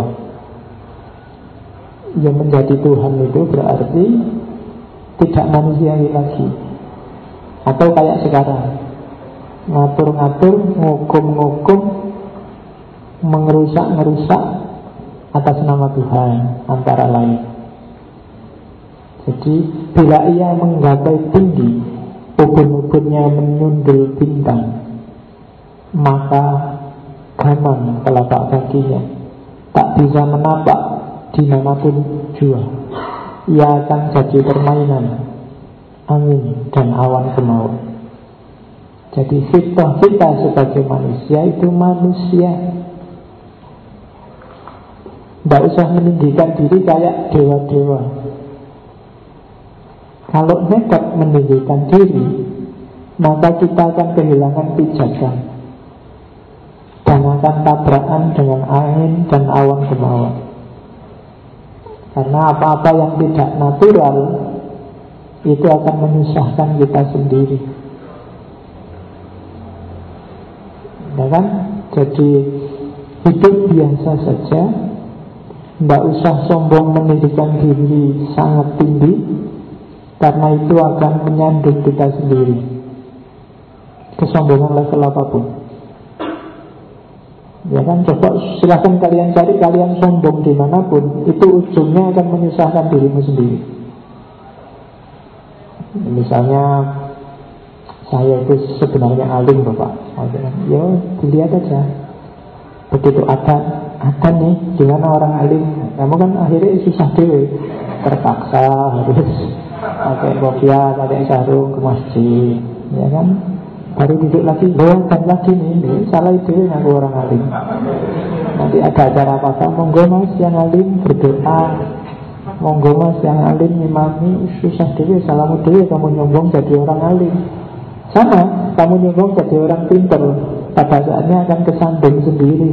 Yang menjadi Tuhan itu berarti tidak manusiawi lagi. Atau kayak sekarang, ngatur-ngatur, ngukum-ngukum, mengerusak-ngerusak atas nama Tuhan, antara lain. Jadi bila ia menggapai tinggi, ubun-ubunnya menyundul bintang, maka gamang telapak kakinya tak bisa menapak dimanapun jua. Ia akan jadi permainan angin dan awan kemauan. Jadi fitrah kita sebagai manusia itu manusia. Tidak usah meninggikan diri kayak dewa-dewa. Kalau nekat meninggikan diri, maka kita akan kehilangan pijakan dan akan tabrakan dengan angin dan awan kemauan. Karena apa-apa yang tidak natural itu akan menyusahkan kita sendiri. Ya kan? Jadi hidup biasa saja. Tidak usah sombong meninggikan diri sangat tinggi, karena itu akan menyandung kita sendiri. Kesombongan level apapun. Ya kan, coba silahkan kalian cari, kalian sombong dimanapun, itu ujungnya akan menyusahkan dirimu sendiri. Misalnya saya itu sebenarnya alim Bapak, ya dilihat aja. Begitu ada nih, gimana orang alim, kamu kan akhirnya susah dewe, terpaksa harus pakai kopiah, pakai sarung ke masjid, ya kan? Baru duduk lagi, dan lagi nih, salah itu aku orang alim. Nanti ada acara apa-apa, monggo mas yang alim berdoa. Monggo mas yang alim ngimami, susah dewe, salamu dewe kamu nyombong jadi orang alim. Sama, kamu nyombong jadi orang pinter, pada saatnya akan kesandung sendiri.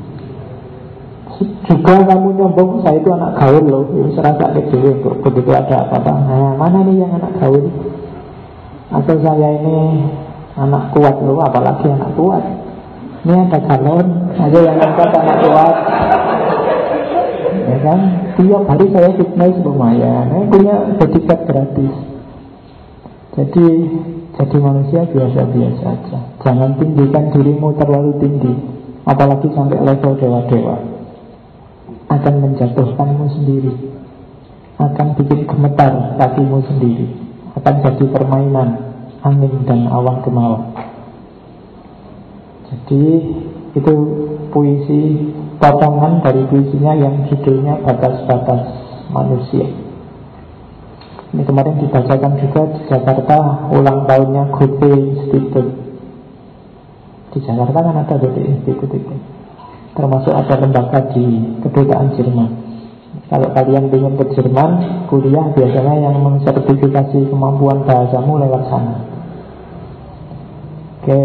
Juga kamu nyombong, saya itu anak gaul loh, serasa dewe, begitu ada apa-apa. Nah, mana nih yang anak gaul? Atau saya ini anak kuat loh, apalagi anak kuat. Ini ada galon, aja yang angkat anak kuat. Ya kan, tiap hari saya fitness lumayan, punya bodyguard gratis. Jadi manusia biasa-biasa aja. Jangan tinggikan dirimu terlalu tinggi, apalagi sampai level dewa-dewa. Akan menjatuhkanmu sendiri, akan bikin gemetar kakimu sendiri, akan jadi permainan angin dan awan kemawar. Jadi itu puisi, potongan dari puisinya yang judulnya Batas-Batas Manusia. Ini kemarin dibacakan juga di Jakarta, ulang tahunnya Goethe Institute. Di Jakarta kan ada Goethe Institute itu, termasuk ada lembaga di kedutaan Jerman. Kalau kalian ingin ke Jerman kuliah, biasanya yang mensertifikasi kemampuan bahasamu lewat sana. Oke.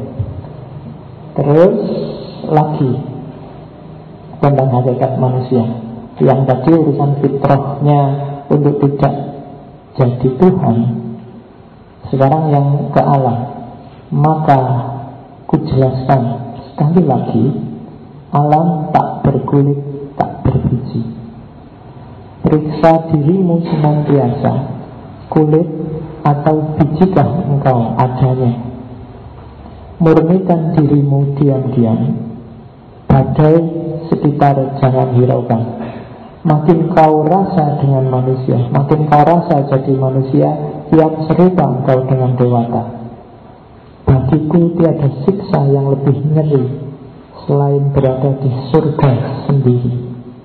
Terus lagi tentang hakikat manusia. Yang tadi urusan fitrahnya untuk tidak jadi Tuhan, sekarang yang ke alam. Maka kujelaskan sekali lagi, alam tak berkulit, tak berbiji. Periksa dirimu senantiasa, kulit atau bijikah engkau adanya. Murnikan dirimu diam-diam, badai sekitar jangan hiraukan. Makin kau rasa dengan manusia, makin kau rasa jadi manusia, yang serupa engkau dengan dewata. Bagiku tiada siksa yang lebih ngeri selain berada di surga sendiri.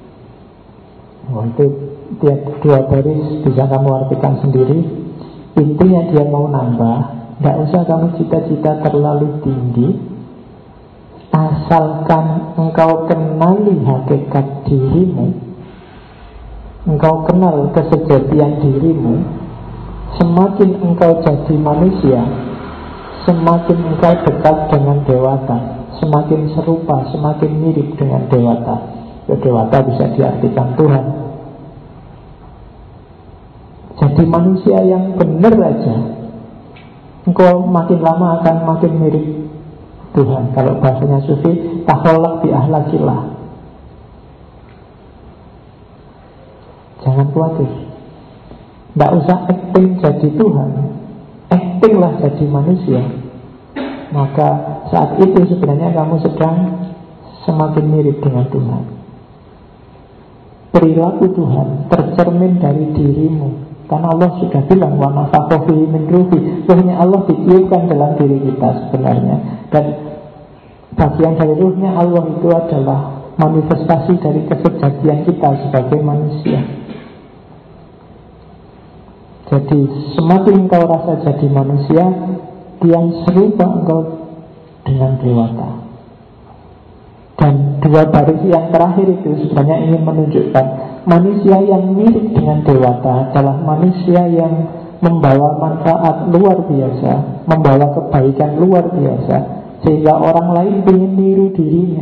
Itu tiap dua baris bisa kamu artikan sendiri. Intinya dia mau nambah, tidak usah kamu cita-cita terlalu tinggi, asalkan engkau kenali hakikat dirimu, engkau kenal kesejatian dirimu. Semakin engkau jadi manusia, semakin engkau dekat dengan dewata, semakin serupa, semakin mirip dengan dewata. Ya, dewata bisa diartikan Tuhan. Jadi manusia yang benar aja, engkau makin lama akan makin mirip Tuhan. Kalau bahasanya Sufi, taholak bi ahlakillah. Jangan khawatir, tidak usah acting jadi Tuhan, actinglah jadi manusia. Maka saat itu sebenarnya kamu sedang semakin mirip dengan Tuhan. Perilaku Tuhan tercermin dari dirimu, karena Allah sudah bilang wa nafakha fihi min ruhi, ruhnya Allah ditiupkan dalam diri kita sebenarnya. Dan bagian dari ruhnya Allah itu adalah manifestasi dari kesejatian kita sebagai manusia. Jadi semakin engkau rasa jadi manusia, kian serupa engkau dengan dewata. Dan dua baris yang terakhir itu sebenarnya ingin menunjukkan manusia yang mirip dengan dewata adalah manusia yang membawa manfaat luar biasa, membawa kebaikan luar biasa, sehingga orang lain ingin niru dirinya.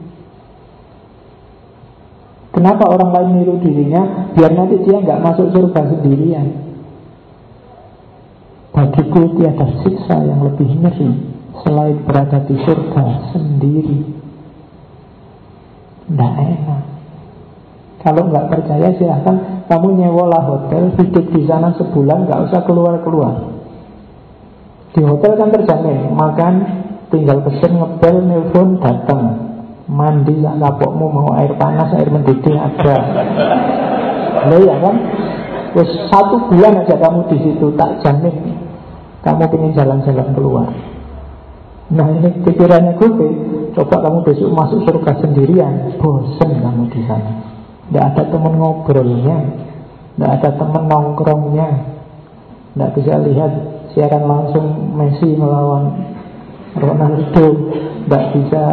Kenapa orang lain niru dirinya? Biar nanti dia nggak masuk surga sendirian. Bagiku tiada siksa yang lebih ngeri selain berada di surga sendiri. Tidak enak. Kalau nggak percaya silahkan kamu nyewalah hotel, hidup di sana sebulan, nggak usah keluar-keluar. Di hotel kan terjamin, makan tinggal pesen, ngebel, nelpon, datang. Mandi lah kapokmu, mau air panas, air mendidih ada. Nah ya kan, terus 1 bulan aja kamu di situ, tak jamin kamu pengen jalan-jalan keluar. Nah ini pikirannya gue, coba kamu besok masuk surga sendirian, bosen kamu di sana. Tidak ada teman ngobrolnya, tidak ada teman nongkrongnya, tidak bisa lihat siaran langsung Messi melawan Ronaldo, tidak bisa,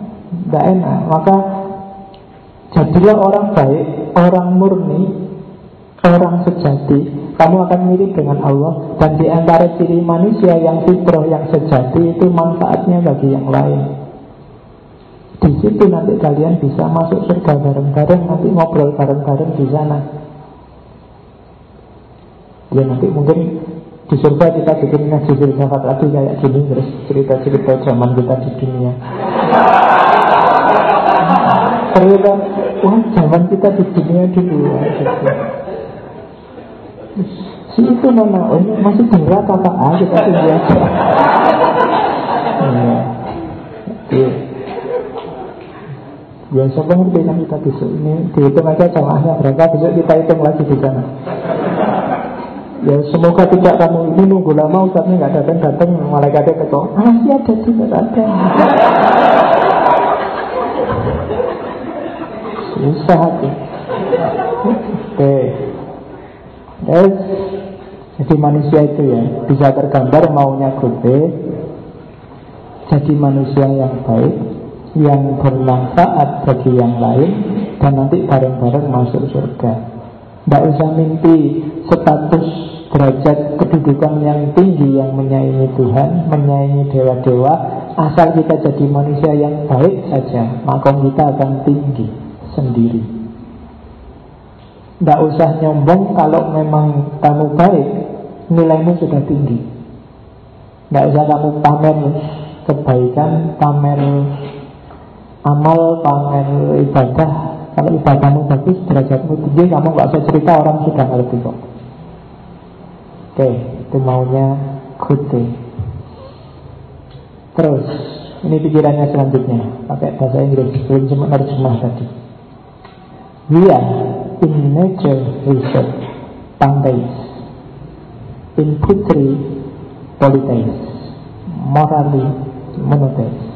tidak enak. Maka jadilah orang baik, orang murni, orang sejati, kamu akan mirip dengan Allah. Dan di antara ciri manusia yang fitrah, yang sejati, itu manfaatnya bagi yang lain. Di situ nanti kalian bisa masuk surga bareng-bareng, nanti ngobrol bareng-bareng di sana. Ya nanti mungkin di surga kita bikin ngaji filsafat lagi kayak gini, terus cerita-cerita zaman kita di dunia. Ternyata, wah zaman kita di dunia dulu gitu. Si itu nona, oh ini masih di neraka apa? Kita tunggu aja. Iya. Biasa banget dengan kita besok ini. Dihitung aja jamaahnya berapa, besok kita hitung lagi di sana. Ya semoga tidak kamu ini nunggu lama, ustaznya nggak datang-datang, malaikatnya ketok, masih ada tidak ada. Susah hati. Oke. Jadi manusia itu ya bisa tergambar maunya Gobe. Jadi manusia yang baik, yang bermanfaat bagi yang lain, dan nanti bareng-bareng masuk surga. Tidak usah mimpi status derajat kedudukan yang tinggi yang menyaingi Tuhan, menyaingi dewa-dewa. Asal kita jadi manusia yang baik saja, makom kita akan tinggi sendiri. Tidak usah nyombong kalau memang kamu baik, nilaimu sudah tinggi. Tidak usah kamu pamer kebaikan, pamer amal, pamer ibadah. Kalau ibadahmu bagus, derajatmu tinggi, kamu gak usah cerita, orang sudah ngerti kok. Oke, itu maunya Goethe. Terus, ini pikirannya selanjutnya, pakai bahasa Inggris, belum cuma terjemah tadi. We are in nature research, pantheist, in poetry, polytheist, morally, monotheist.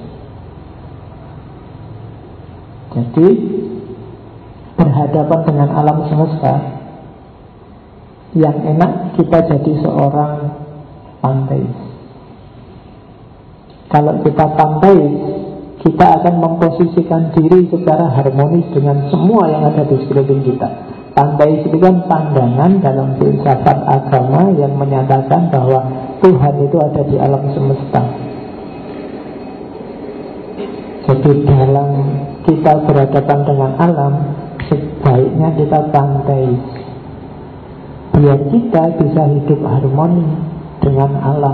Jadi berhadapan dengan alam semesta, yang enak kita jadi seorang pantheis. Kalau kita pantheis, kita akan memposisikan diri secara harmonis dengan semua yang ada di sekeliling kita. Pantheis itu kan pandangan dalam filsafat agama yang menyatakan bahwa Tuhan itu ada di alam semesta. Jadi dalam kita berhadapan dengan alam, sebaiknya kita pantheis, biar kita bisa hidup harmoni dengan alam.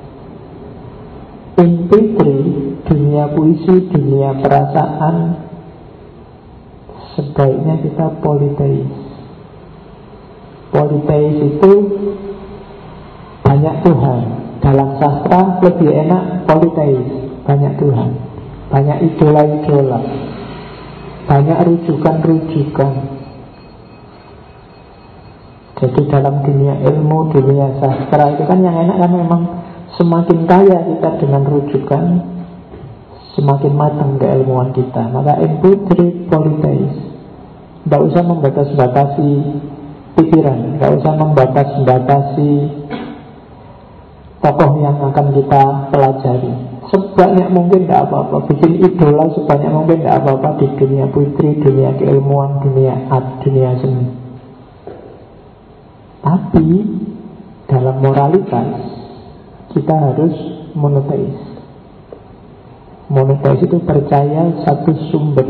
In poetry, dunia puisi, dunia perasaan, sebaiknya kita polytheis. Polytheis itu banyak Tuhan. Dalam sastra lebih enak polytheis, banyak Tuhan, banyak idola-idola, banyak rujukan-rujukan. Jadi dalam dunia ilmu, dunia sastra itu kan yang enak kan memang semakin kaya kita dengan rujukan, semakin matang keilmuan kita. Maka in poetry, polytheis. Tidak usah membatas-batasi pikiran, tidak usah membatas-batasi tokoh yang akan kita pelajari. Sebanyak mungkin tidak apa-apa, bikin idola sebanyak mungkin tidak apa-apa di dunia puisi, dunia keilmuan, dunia art, dunia seni. Tapi dalam moralitas kita harus monoteis. Monoteis itu percaya satu sumber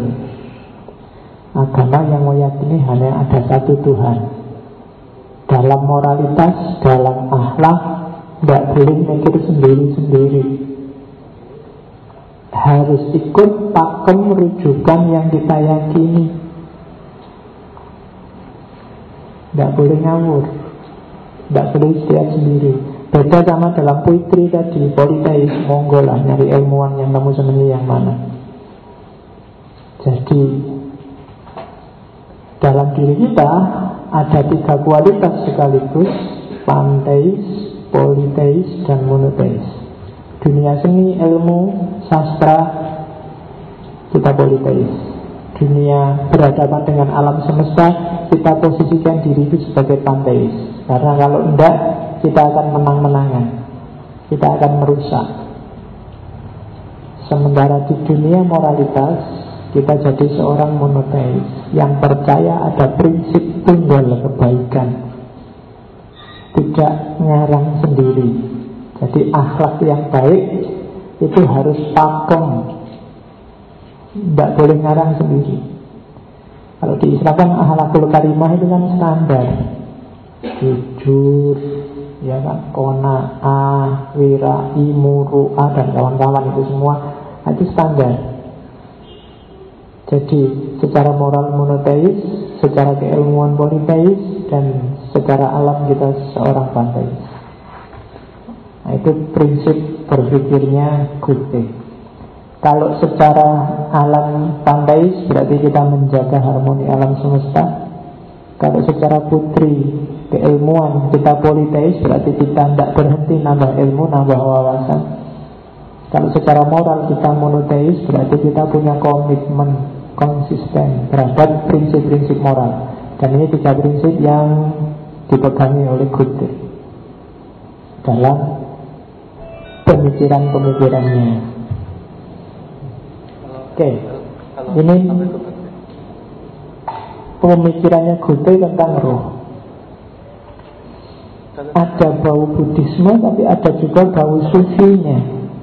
agama yang meyakini hanya ada satu Tuhan. Dalam moralitas, dalam akhlak, tidak boleh mikir sendiri-sendiri. Harus ikut pakem rujukan yang kita yakini. Tidak boleh ngawur, tidak boleh istiadat sendiri. Beda sama dalam puisi tadi, polytheis, monggo lah nyari ilmuwan yang kamu senangi yang mana. Jadi dalam diri kita ada 3 kualitas sekaligus, pantheis, polytheis, dan monotheis. Dunia seni, ilmu, sastra, kita polytheis. Dunia berhadapan dengan alam semesta, kita posisikan diri itu sebagai pantheis. Karena kalau enggak, kita akan menang-menangan, kita akan merusak. Sementara di dunia moralitas, Kita jadi seorang monoteis yang percaya ada prinsip tunggal kebaikan, tidak ngarang sendiri. Jadi akhlak yang baik itu harus pakem, tidak boleh ngarang sendiri. Kalau di Islam kan akhlakul karimah itu kan standar, jujur, ya kan, qanaah, wirai, muru'ah dan kawan-kawan itu semua itu standar. Jadi secara moral monoteis, secara keilmuan politeis, dan secara alam kita seorang panteis. Nah, itu prinsip berpikirnya Goethe. Kalau secara alam panteis berarti kita menjaga harmoni alam semesta. Kalau secara putri keilmuan kita politeis berarti kita tidak berhenti nambah ilmu, nambah wawasan. Kalau secara moral kita monoteis berarti kita punya komitmen konsisten terhadap prinsip-prinsip moral. Dan ini 3 prinsip yang dipegangi oleh Goethe dalam pemikiran-pemikirannya. Oke, ini pemikirannya Goethe tentang roh. Ada bau Buddhisme, tapi ada juga bau sufinya.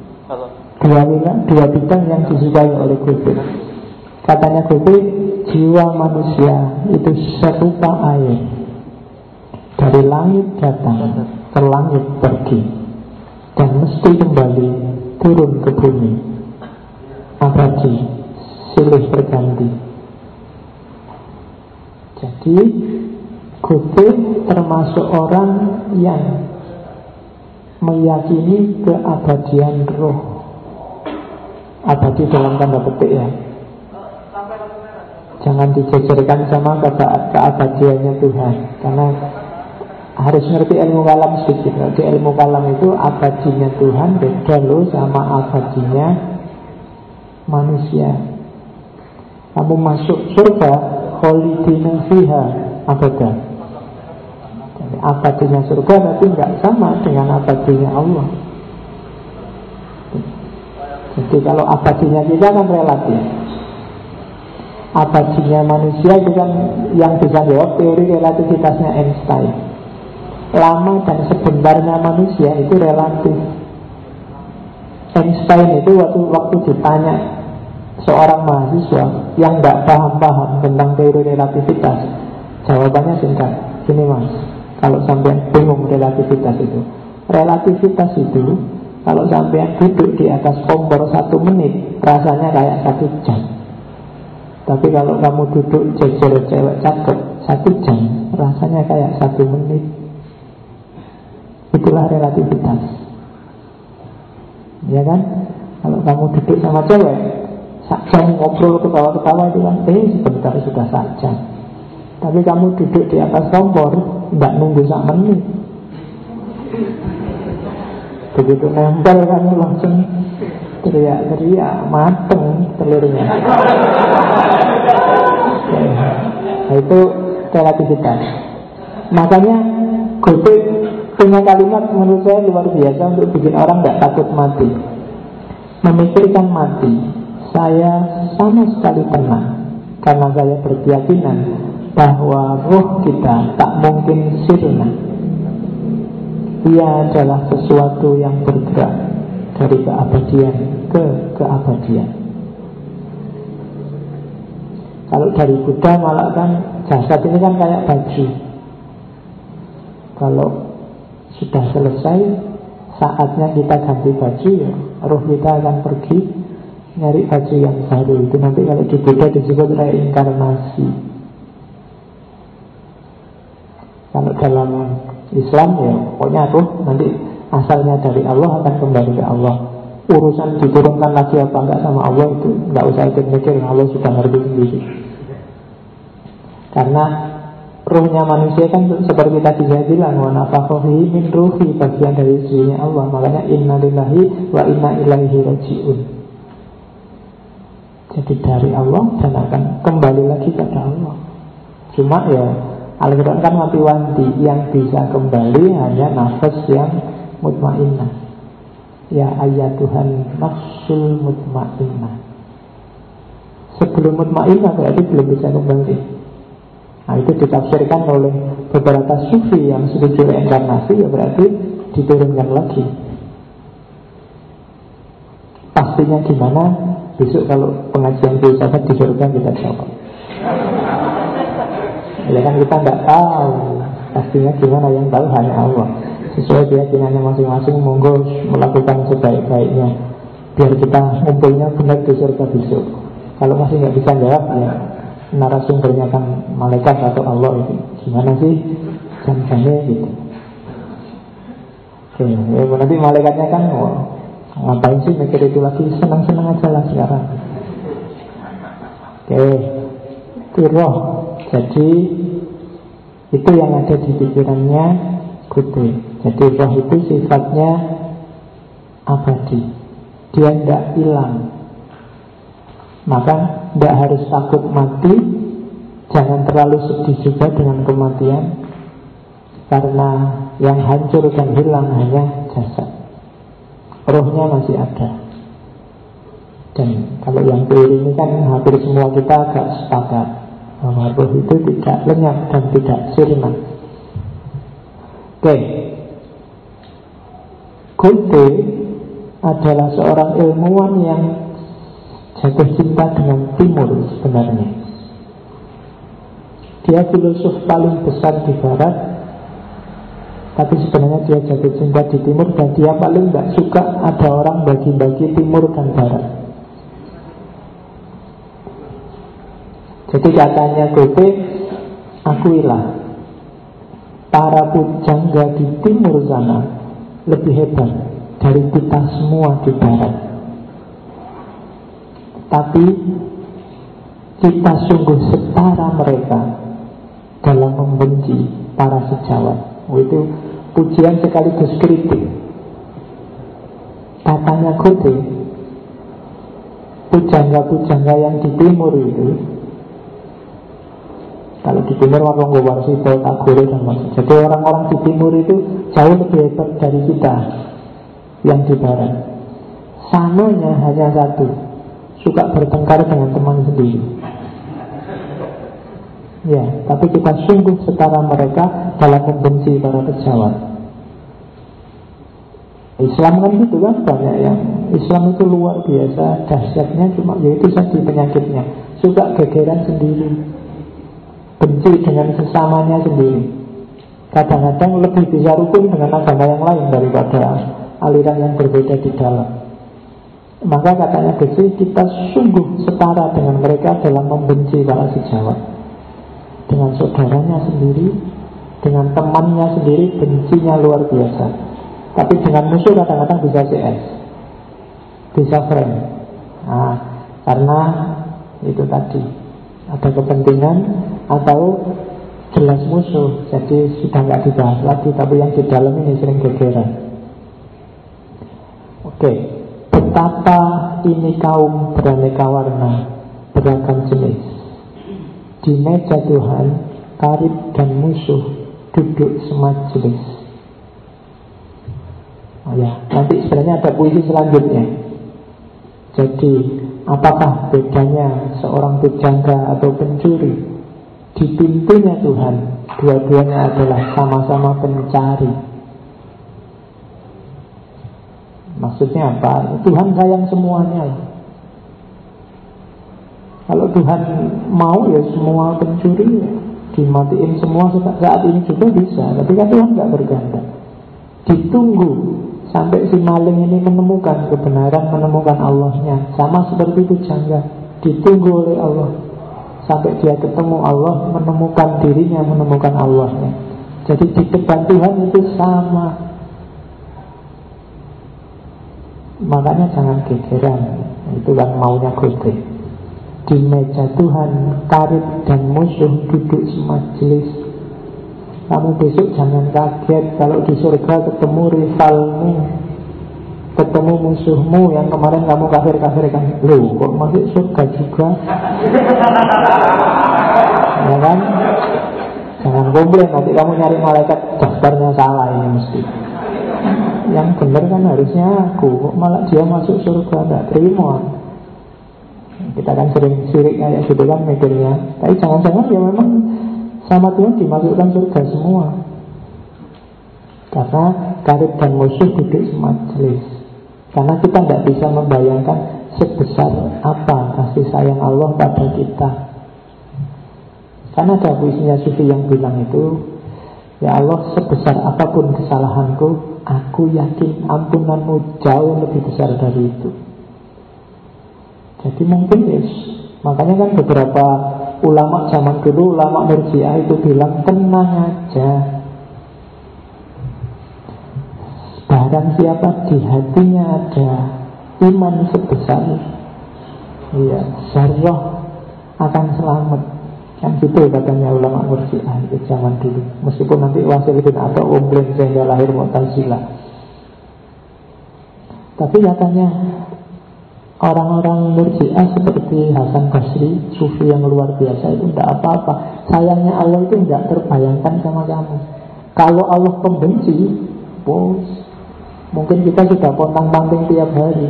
Dua bidang yang disukai oleh Goethe. Katanya Goethe, jiwa manusia itu serupa air, dari langit datang, ke langit pergi, dan mesti kembali turun ke bumi, abadi, silih berganti. Jadi Goethe termasuk orang yang meyakini keabadian roh. Abadi dalam tanda petik ya, jangan dijejerkan sama keabadiannya Tuhan, karena harus ngerti ilmu kalam sedikit. Di ilmu kalam itu abadinya Tuhan beda loh sama abadinya manusia. Kamu masuk surga, kholidina fiha abada. Jadi abadinya surga tapi nggak sama dengan abadinya Allah. Jadi kalau abadinya kita kan relatif, abadinya manusia itu kan yang bisa jawab teori relativitasnya Einstein. Lama dan sebentarnya manusia itu relatif. Einstein itu waktu ditanya seorang mahasiswa yang nggak paham tentang teori relativitas, jawabannya singkat, gini mas, kalau sampean bingung relativitas itu, kalau sampean duduk di atas kompor 1 menit, rasanya kayak 1 jam. Tapi kalau kamu duduk jejer cewek cakep 1 jam, rasanya kayak 1 menit. Itulah relativitas. Ya kan? Kalau kamu duduk sama cewek 1 jam ngobrol ketawa-ketawa itu kan sebentar sudah 1 jam. Tapi kamu duduk di atas kompor, tidak nunggu 1 menit. Begitu nempel kamu langsung teriak-teriak, mateng telurnya. Nah, itu relativitas. Makanya Goethe punya kalimat menurut saya luar biasa untuk bikin orang tidak takut mati. Memikirkan mati, saya sama sekali tenang, karena saya berkeyakinan bahwa roh kita tak mungkin sirna. Ia adalah sesuatu yang bergerak dari keabadian ke keabadian. Kalau dari Buddha malah kan jasad ini kan kayak baju. Kalau sudah selesai, saatnya kita ganti baju, ya roh kita akan pergi nyari baju yang baru. Itu nanti kalau di Buddha disebut reinkarnasi. Kalau dalam Islam ya pokoknya roh nanti asalnya dari Allah akan kembali ke Allah. Urusan diturunkan lagi apa enggak sama Allah itu enggak usah mikir, Allah sudah ngerti sendiri. Karena ruhnya manusia kan seperti tadi saya bilang, wa nafakhohi min ruhi, bagian dari dirinya Allah. Makanya inna lillahi wa inna ilaihi raji'un. Jadi dari Allah dan akan kembali lagi pada Allah. Cuma ya Al-Quran kan wanti-wanti, yang bisa kembali hanya nafas yang mutmainnah. Ya ayatuhan nafsul mutmainnah. Sebelum mutmainah berarti belum bisa kembali. Nah itu ditafsirkan oleh beberapa sufi yang setuju reinkarnasi, ya berarti diturunkan lagi. Pastinya gimana? Besok kalau pengajian filsafat di surga kita jawab. Ya kan kita nggak tahu pastinya gimana, yang tahu hanya Allah. Sesuai keyakinannya masing-masing, monggo melakukan sebaik-baiknya biar kita ngumpulnya benar di surga besok. Kalau masih nggak bisa jawab, ya narasumbernya kan malaikat atau Allah itu. Gimana sih jam-jamnya gitu. Oke, ya nanti malaikatnya kan ngapain sih mikir itu lagi, senang-senang aja lah sekarang. Oke, itu roh. Jadi itu yang ada di pikirannya Qutb. Jadi roh itu sifatnya abadi, dia tidak hilang. Maka tidak harus takut mati, jangan terlalu sedih juga dengan kematian, karena yang hancur dan hilang hanya jasad, rohnya masih ada. Dan kalau yang teori ini kan hampir semua kita agak sepakat bahwa roh itu tidak lenyap dan tidak sirna. Oke, Qutb adalah seorang ilmuwan yang jatuh cinta dengan timur sebenarnya. Dia filosof paling besar di barat, tapi sebenarnya dia jatuh cinta di timur, dan dia paling gak suka ada orang bagi-bagi timur dan barat. Jadi katanya Qutb, akuilah para pujangga di timur sana lebih hebat dari kita semua di barat. Tapi kita sungguh setara mereka dalam membenci para sejawat. Itu pujian sekaligus kritik. Katanya Qutb, pujangga-pujangga yang di timur itu, kalau di timur orang Warsito, Tagore dan macam. Jadi orang-orang di timur itu jauh lebih hebat dari kita yang di barat. Sananya hanya satu, suka bertengkar dengan teman sendiri. Ya, tapi kita sungguh setara mereka dalam membenci para pejabat. Islam kan gitu kan, banyak yang Islam itu luar biasa dahsyatnya, cuma yaitu tadi penyakitnya, suka gegeran sendiri, benci dengan sesamanya sendiri. Kadang-kadang lebih bisa rukun dengan agama yang lain daripada aliran yang berbeda di dalam. Maka katanya Qutb, kita sungguh setara dengan mereka dalam membenci para sejawat. Dengan saudaranya sendiri, dengan temannya sendiri, bencinya luar biasa. Tapi dengan musuh kadang-kadang bisa CS, bisa friend. Nah, karena itu tadi ada kepentingan atau jelas musuh, jadi sudah nggak dibahas lagi. Tapi yang di dalam ini sering gegeran. Oke, betapa ini kaum beraneka warna, beragam jenis. Di meja Tuhan, karib dan musuh duduk semajelis. Oh ya, nanti sebenarnya ada puisi selanjutnya. Jadi, apakah bedanya seorang pujangga atau pencuri? Di pintunya Tuhan, dua-duanya adalah sama-sama pencari. Maksudnya apa? Tuhan sayang semuanya. Kalau Tuhan mau ya semua pencuri ya dimatiin semua saat ini juga bisa. Tapi kan Tuhan nggak berganda. Ditunggu sampai si maling ini menemukan kebenaran, menemukan Allahnya. Sama seperti pujangga, ditunggu oleh Allah sampai dia ketemu Allah, menemukan dirinya, menemukan Allahnya. Jadi di depan Tuhan itu sama. Makanya jangan gegeran. Itu kan maunya Qutb. Di meja Tuhan, karib dan musuh duduk semajelis. Kamu besok jangan kaget kalau di surga ketemu rivalmu, ketemu musuhmu yang kemarin kamu kafir-kafirkan. Loh, kok masuk surga juga? Ya kan? Jangan komplain, nanti kamu nyari malaikat daftarnya salah ini mesti. Yang benar kan harusnya aku, kok malah dia masuk surga, tidak terima. Kita kan sering sirik kayak gitu kan mikirnya. Tapi jangan-jangan ya memang sama Tuhan dimasukkan surga semua. Karena karib dan musuh duduk semajelis. Karena kita tidak bisa membayangkan sebesar apa kasih sayang Allah pada kita. Karena ada puisinya Sufi yang bilang itu, ya Allah, sebesar apapun kesalahanku, aku yakin ampunanmu jauh lebih besar dari itu. Jadi mungkin makanya kan beberapa ulama zaman dulu, ulama Murji'ah itu bilang, tenang aja, barang siapa di hatinya ada iman sebesar zarrah akan selamat. Kan gitu katanya ulama Murji'ah itu zaman dulu. Meskipun nanti Wasil bin Atha komplain sehingga lahir Mu'tazilah. Tapi katanya orang-orang Murji'ah seperti Hasan Basri, Sufi yang luar biasa itu tidak apa-apa. Sayangnya Allah itu tidak terbayangkan sama kamu. Kalau Allah pembenci, bos, mungkin kita sudah pontang-panting tiap hari.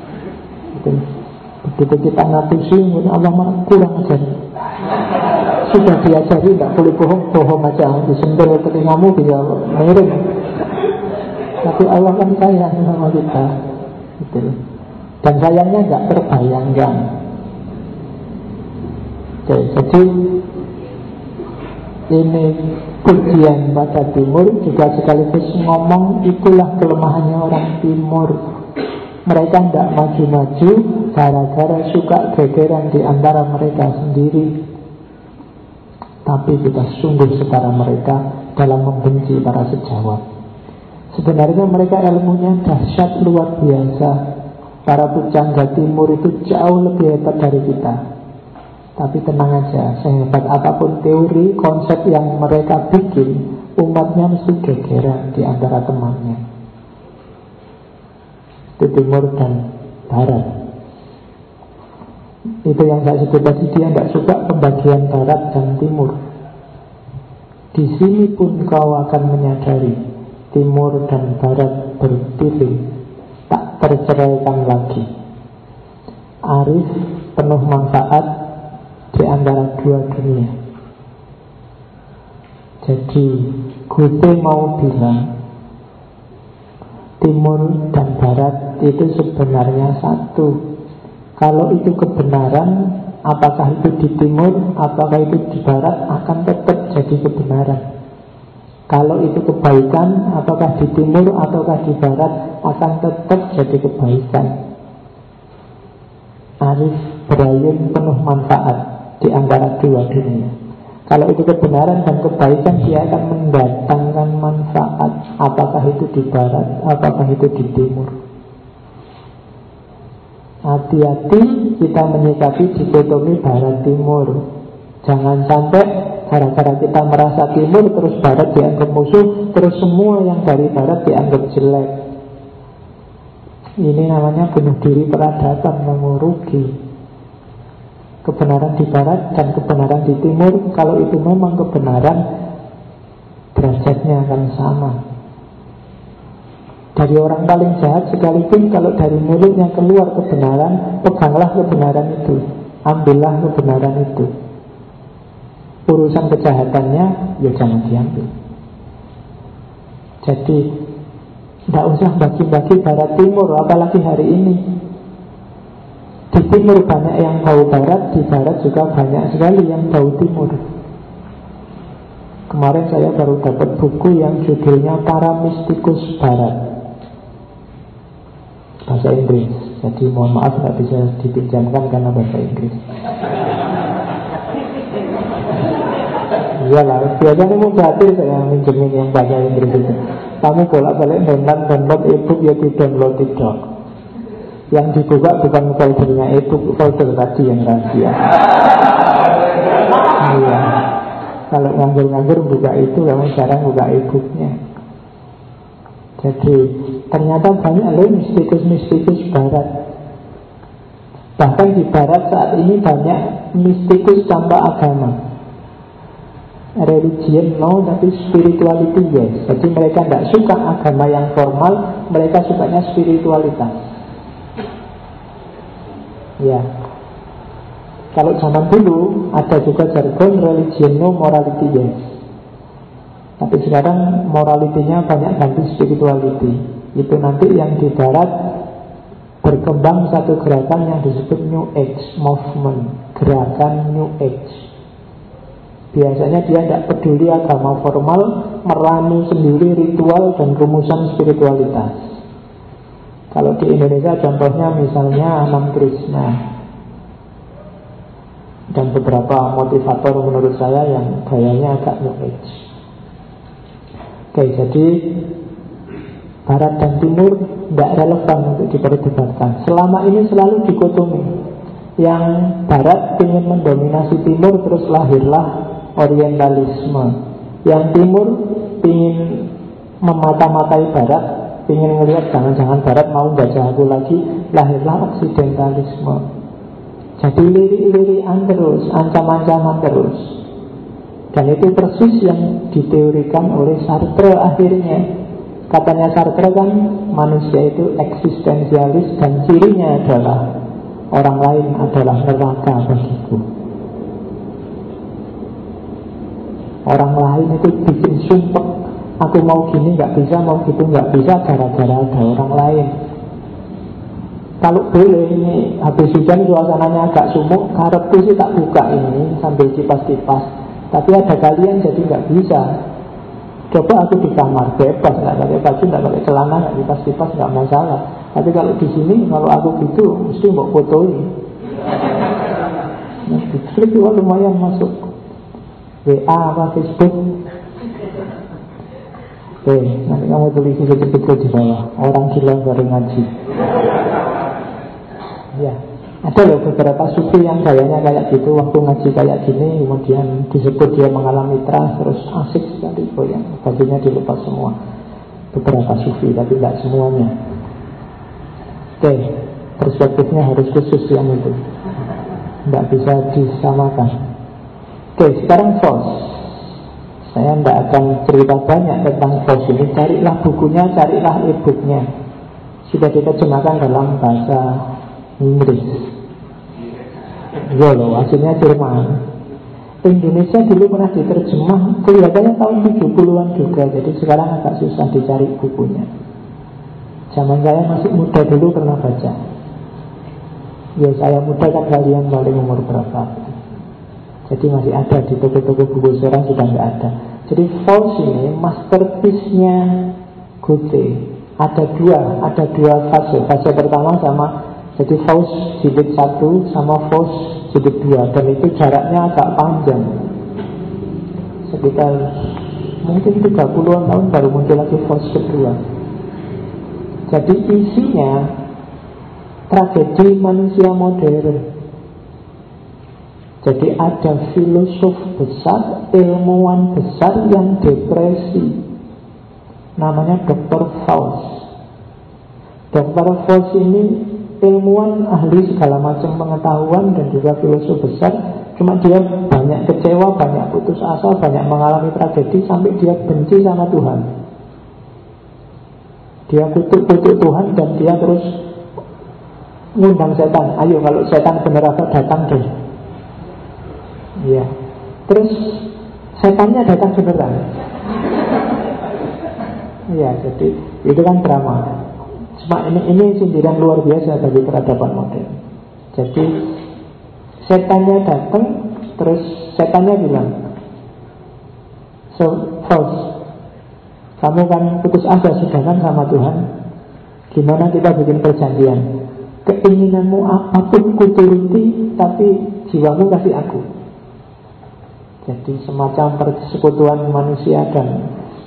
Begitu kita ngapusi, mungkin Allah malah kurang ajar. Sudah diajari tidak boleh bohong, bohong aja. Disentil telingamu bisa miring. Tapi Allah kan sayang sama kita, gitu. Dan sayangnya nggak terbayangkan. Oke, jadi ini pujian pada timur juga sekaligus ngomong itulah kelemahannya orang timur. Mereka tidak maju-maju gara-gara suka gegeran di antara mereka sendiri. Tapi kita sungguh setara mereka dalam membenci para sejawat. Sebenarnya mereka ilmunya dahsyat luar biasa. Para pujangga timur itu jauh lebih hebat dari kita. Tapi tenang aja, sehebat apapun teori, konsep yang mereka bikin, umatnya mesti gegeran di antara temannya. Itu timur dan barat. Itu yang saya sebut tadi, dia tidak suka pembagian barat dan timur. Di sini pun kau akan menyadari timur dan barat bertiling, tak terceraikan lagi. Arif penuh manfaat di antara dua dunia. Jadi Goethe mau bilang timur dan barat itu sebenarnya satu. Kalau itu kebenaran, apakah itu di timur, apakah itu di barat, akan tetap jadi kebenaran. Kalau itu kebaikan, apakah di timur ataukah di barat, akan tetap jadi kebaikan. Arif berayun penuh manfaat di antara dua dunia. Kalau itu kebenaran dan kebaikan, dia akan mendatangkan manfaat, apakah itu di barat, apakah itu di timur. Hati-hati kita menyikapi dikotomi barat timur. Jangan sampai gara-gara kita merasa timur terus barat dianggap musuh, terus semua yang dari barat dianggap jelek. Ini namanya bunuh diri peradaban, kamu rugi. Kebenaran di barat dan kebenaran di timur, kalau itu memang kebenaran, derajatnya akan sama. Dari orang paling jahat sekalipun, kalau dari mulutnya keluar kebenaran, peganglah kebenaran itu, ambillah kebenaran itu. Urusan kejahatannya, ya jangan diambil. Jadi tidak usah bagi-bagi barat timur, apalagi hari ini. Di timur banyak yang tahu barat, di barat juga banyak sekali yang tahu timur. Kemarin saya baru dapat buku yang judulnya Para Mistikus Barat, bahasa Inggris. Jadi mohon maaf tidak bisa dipinjamkan karena bahasa Inggris. Iyalah, biasanya mau gratis saya minjemin yang bahasa Inggris itu. Kamu bolak-balik download e-book, ya di-download tidak. Yang dibuka bukan foldernya e-book, folder tadi yang rahasia. Iya. Kalau nganggur-nganggur buka itu, kamu sekarang buka e-booknya. Jadi ternyata banyak loh mistikus-mistikus barat. Bahkan di barat saat ini banyak mistikus tanpa agama. Religion no, tapi spirituality yes. Jadi mereka tidak suka agama yang formal, mereka sukanya spiritualitas. Ya, Kalau zaman dulu ada juga jargon religion no morality yes. Tapi sekarang morality-nya banyak ganti spirituality. Itu nanti yang di barat berkembang satu gerakan yang disebut New Age Movement, gerakan New Age. Biasanya dia tidak peduli agama formal, merani sendiri ritual dan rumusan spiritualitas. Kalau di Indonesia contohnya misalnya Anam Krishna dan beberapa motivator menurut saya yang gayanya agak New Age. Oke, jadi Barat dan Timur tidak relevan untuk diperdebatkan. Selama ini selalu dikotomi. Yang Barat ingin mendominasi Timur, terus lahirlah Orientalisme. Yang Timur ingin memata-matai Barat, ingin melihat jangan-jangan Barat mau baca aku lagi, lahirlah Oksidentalisme. Jadi lirik-lirikan terus, ancam-ancaman terus. Dan itu persis yang diteorikan oleh Sartre akhirnya. Katanya Sartre kan manusia itu eksistensialis dan cirinya adalah orang lain adalah neraka bagiku. Orang lain itu bikin sumpah, aku mau gini gak bisa, mau gitu gak bisa, gara-gara ada orang lain. Kalau boleh ini habis hujan suasananya agak sumuk, karepku sih tak buka ini sambil kipas-kipas. Tapi ada kalian jadi gak bisa. Coba aku di kamar bebas, gak pakai baju, gak pakai celana, gak kipas-kipas, gak masalah. Tapi kalau di sini, kalau aku gitu, mesti mau fotoin. Nah, di lumayan masuk WA apa Facebook. Oke, nanti kamu tulis sedikit di bawah. Orang gila baru ngaji. Ya, ada loh beberapa sufi yang gayanya kayak gitu. Waktu ngaji kayak gini, kemudian disebut dia mengalami trans, terus asik sekali goyang. Bajunya dilepas semua. Beberapa sufi, tapi tidak semuanya. Oke, perspektifnya harus khusus yang itu. Tidak bisa disamakan. Oke, sekarang false. Saya tidak akan cerita banyak tentang false ini. Carilah bukunya, carilah e-booknya. Sudah diterjemahkan dalam bahasa Inggris. Ya loh, hasilnya Jerman. Indonesia dulu pernah diterjemah, kelihatannya tahun 70-an juga. Jadi sekarang agak susah dicari bukunya. Zaman saya masih muda dulu pernah baca. Ya saya muda kan, kalian paling umur berapa? Jadi masih ada di toko-toko buku, sekarang sudah nggak ada. Jadi false ini masterpiece-nya Goethe. Ada dua fase. Fase pertama sama, jadi false jilid 1 sama false jilid 2. Dan itu jaraknya agak panjang, sekitar mungkin 30-an tahun baru muncul lagi false kedua. Jadi isinya tragedi manusia modern. Jadi ada filosof besar, ilmuwan besar yang depresi. Namanya Dr. Faust. Dr. Faust ini ilmuwan, ahli segala macam pengetahuan dan juga filosof besar. Cuma dia banyak kecewa, banyak putus asa, banyak mengalami tragedi sampai dia benci sama Tuhan. Dia kutuk-kutuk Tuhan dan dia terus ngundang setan. Ayo kalau setan bener apa datang deh. Iya. Terus setannya datang beneran. Iya, jadi itu kan drama. Cuma ini sindiran luar biasa bagi peradaban modern. Jadi setannya datang, terus setannya bilang, so false, kamu kan putus asa sudah kan sama Tuhan. Gimana kita bikin perjanjian? Keinginanmu apapun kuturuti, tapi jiwamu kasih aku. Jadi semacam persekutuan manusia dan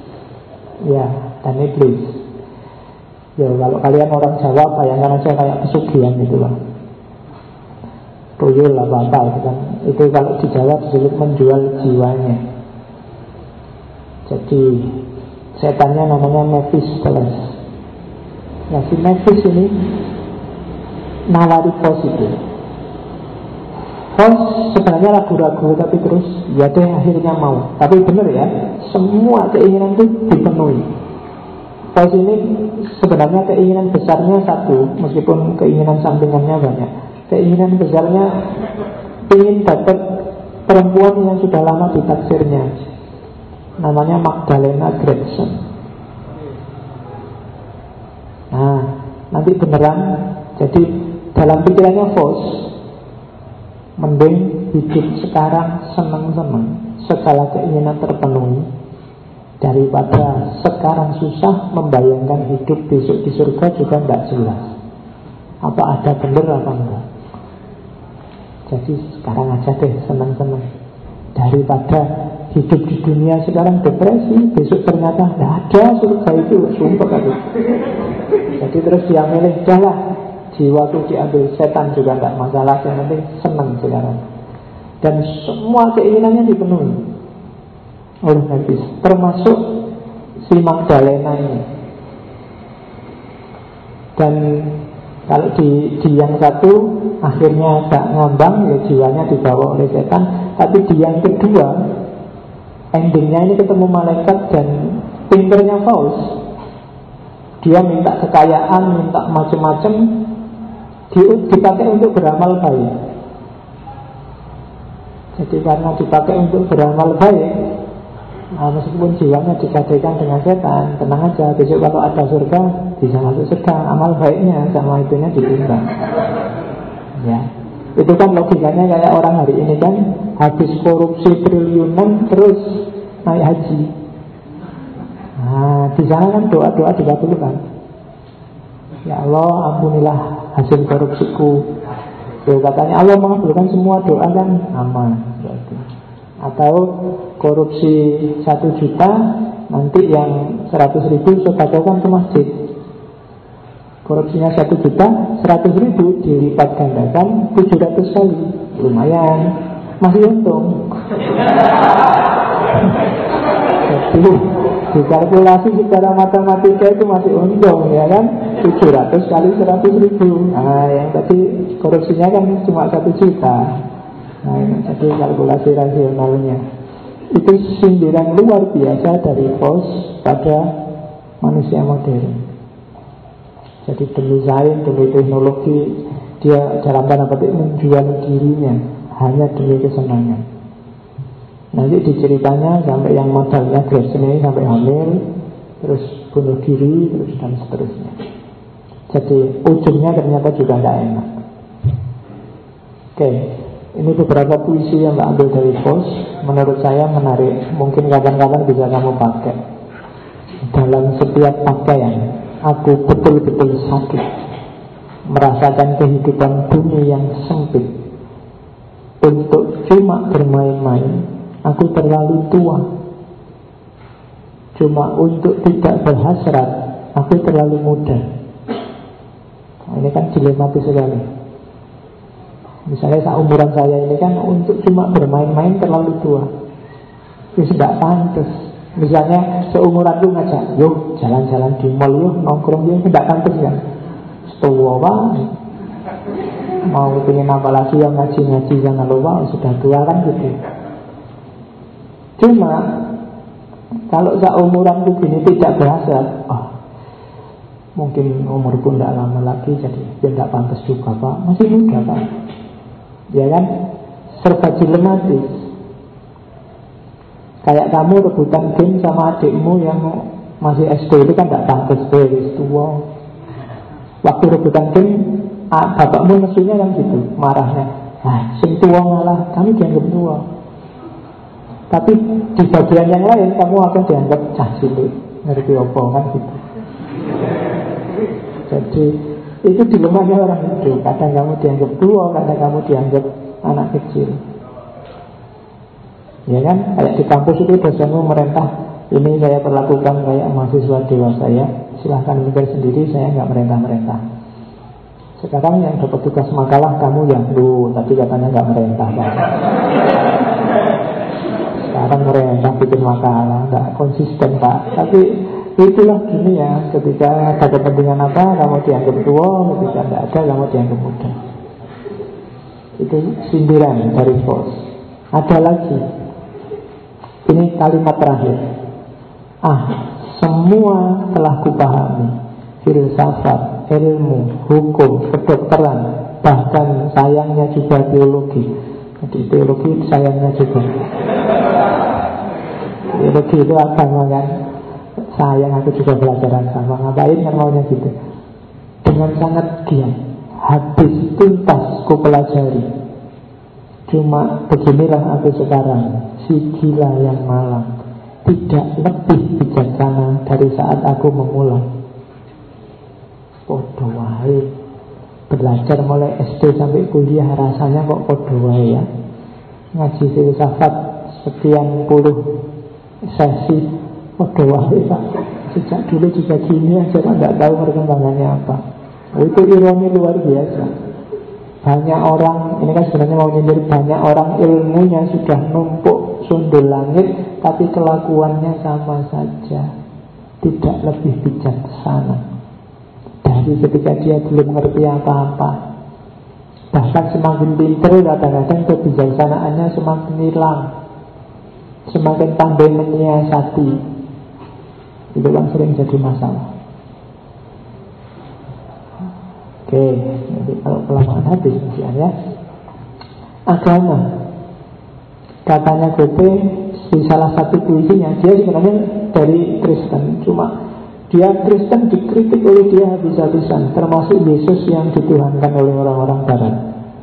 iblis. Ya kalau kalian orang Jawa bayangkan aja kayak pesugihan gitu lah. Tuyul apa itu kan. Itu kalau di Jawa disebut menjual jiwanya. Jadi setannya namanya Mephistopheles. Nah si Mephis ini nawari positif. Faust sebenarnya ragu-ragu, tapi terus ya deh akhirnya mau. Tapi benar ya, semua keinginan itu dipenuhi. Faust ini sebenarnya keinginan besarnya satu, meskipun keinginan sampingannya banyak. Keinginan besarnya ingin dapat perempuan yang sudah lama ditaksirnya, namanya Magdalena Gregson. Nah, nanti beneran. Jadi dalam pikirannya Vos, mending hidup sekarang senang-senang, segala keinginan terpenuhi, daripada sekarang susah membayangkan hidup besok di surga juga tidak jelas apa ada benar apa enggak. Jadi sekarang aja deh senang-senang, daripada hidup di dunia sekarang depresi, besok ternyata tidak ada surga itu, sumpah aku. Jadi terus dia milih, jalan jiwa itu diambil setan juga tidak masalah, yang penting senang sekarang. Dan semua keinginannya dipenuhi oleh Nabi, termasuk si Magdalena ini. Dan kalau di yang satu akhirnya agak ngambang, ya jiwanya dibawa oleh setan. Tapi di yang kedua, endingnya ini ketemu malaikat, dan pinternya Faust, dia minta kekayaan, minta macam-macam, dipakai untuk beramal baik. Jadi karena dipakai untuk beramal baik, meskipun jiwanya digadaikan dengan setan, tenang aja, besok kalau ada surga bisa masuk surga, amal baiknya sama itunya ditimbang. Ya, itu kan logikanya kayak orang hari ini kan, habis korupsi triliunan terus naik haji. Nah, di sana kan doa-doa dikabulkan. Ya Allah, ampunilah hasil korupsiku. Tuh, katanya Allah mengabulkan semua doa kan, aman berarti. Atau korupsi 1 juta, nanti yang 100.000 sedekahkan ke masjid. Korupsinya 1 juta, 100.000 dilipat gandakan 700 kali, lumayan, masih untung. Jadi dikalkulasi secara matematika itu masih untung, ya kan? 700 kali 100.000. Nah, yang tadi korupsinya kan cuma 1 juta. Nah, jadi kalkulasi rasionalnya. Itu sindiran luar biasa dari Faust pada manusia modern. Jadi demi sains, demi teknologi, dia dalam tanda petik menjual dirinya hanya demi kesenangan. Nanti diceritanya sampai yang modalnya Gregson ini sampai hamil, terus bunuh diri, terus dan seterusnya. Jadi ujungnya ternyata juga tidak enak. Oke, ini beberapa puisi yang tak ambil dari Faust. Menurut saya menarik. Mungkin kapan-kapan bisa kamu pakai. Dalam setiap pakaian, aku betul-betul sakit merasakan kehidupan dunia yang sempit. Untuk cuma bermain-main, aku terlalu tua. Cuma untuk tidak berhasrat, aku terlalu muda. Nah, ini kan dilematis sekali. Misalnya seumuran saya ini kan untuk cuma bermain-main terlalu tua. Itu tidak pantas. Misalnya seumuran lu ngajak, yuk jalan-jalan di mall, yuk nongkrong, yuk, tidak pantas kan. Setua banget. Mau pengen apa lagi yang ngaji-ngaji sana lupa, sudah tua kan gitu. Cuma kalau seumuran begini tidak berasa, mungkin umur pun tidak lama lagi, jadi dia tidak pantas juga Pak, masih muda Pak. Ya kan, serba dilematis. Kayak kamu rebutan game sama adikmu yang masih SD itu kan tidak pantas, wis tua. Waktu rebutan game, bapakmu mesunya kan gitu, marahnya, sing tua ngalah, kamu dianggap tua. Tapi di bagian yang lain kamu akan dianggap cah cilik, ngerti apa kan gitu. Jadi itu dilemahnya orang hidup. Kadang kamu dianggap tua, kadang kamu dianggap anak kecil. Ya kan, kayak di kampus itu dosenmu merentah, ini saya perlakukan kayak mahasiswa dewasa ya, silahkan mikir sendiri, saya nggak merentah-merentah. Sekarang yang dapat tugas makalah kamu yang lu tadi katanya nggak merentah Pak. Sekarang merentah bikin makalah, nggak konsisten Pak. Tapi itulah dunia, ketika ada kepentingan apa kamu dianggap tua, ketika tidak ada kamu dianggap muda. Itu sindiran dari Faust. Ada lagi, ini kalimat terakhir. Semua telah kupahami, filsafat, ilmu, hukum, kedokteran, bahkan sayangnya juga teologi. Jadi teologi sayangnya juga. Teologi itu agama kan. Sayang aku juga belajar agama. Ngapain kan maunya gitu. Dengan sangat giat. Habis tuntas ku pelajari. Cuma beginilah aku sekarang, si gila yang malang, tidak lebih bijaksana dari saat aku memulai. Podo wae. Belajar mulai SD sampai kuliah rasanya kok podo wae ya. Ngaji filsafat sekian puluh sesi, podo wae Pak. Sejak dulu juga gini aja Pak, nggak tahu perkembangannya apa. Itu ironi luar biasa. Banyak orang, ini kan sebenarnya mau nyindir, banyak orang ilmunya sudah numpuk sundul langit, tapi kelakuannya sama saja, tidak lebih bijaksana dari ketika dia belum ngerti apa-apa. Bahkan semakin pintar, kadang-kadang kebijaksanaannya semakin hilang, semakin pandai menyiasati. Itu yang sering jadi masalah. Oke, jadi kalau kelamaan habis ya. Agama, katanya Goethe di salah satu puisinya, dia sebenarnya dari Kristen, cuma dia Kristen dikritik oleh dia habis-habisan, termasuk Yesus yang dituhankan oleh orang-orang Barat.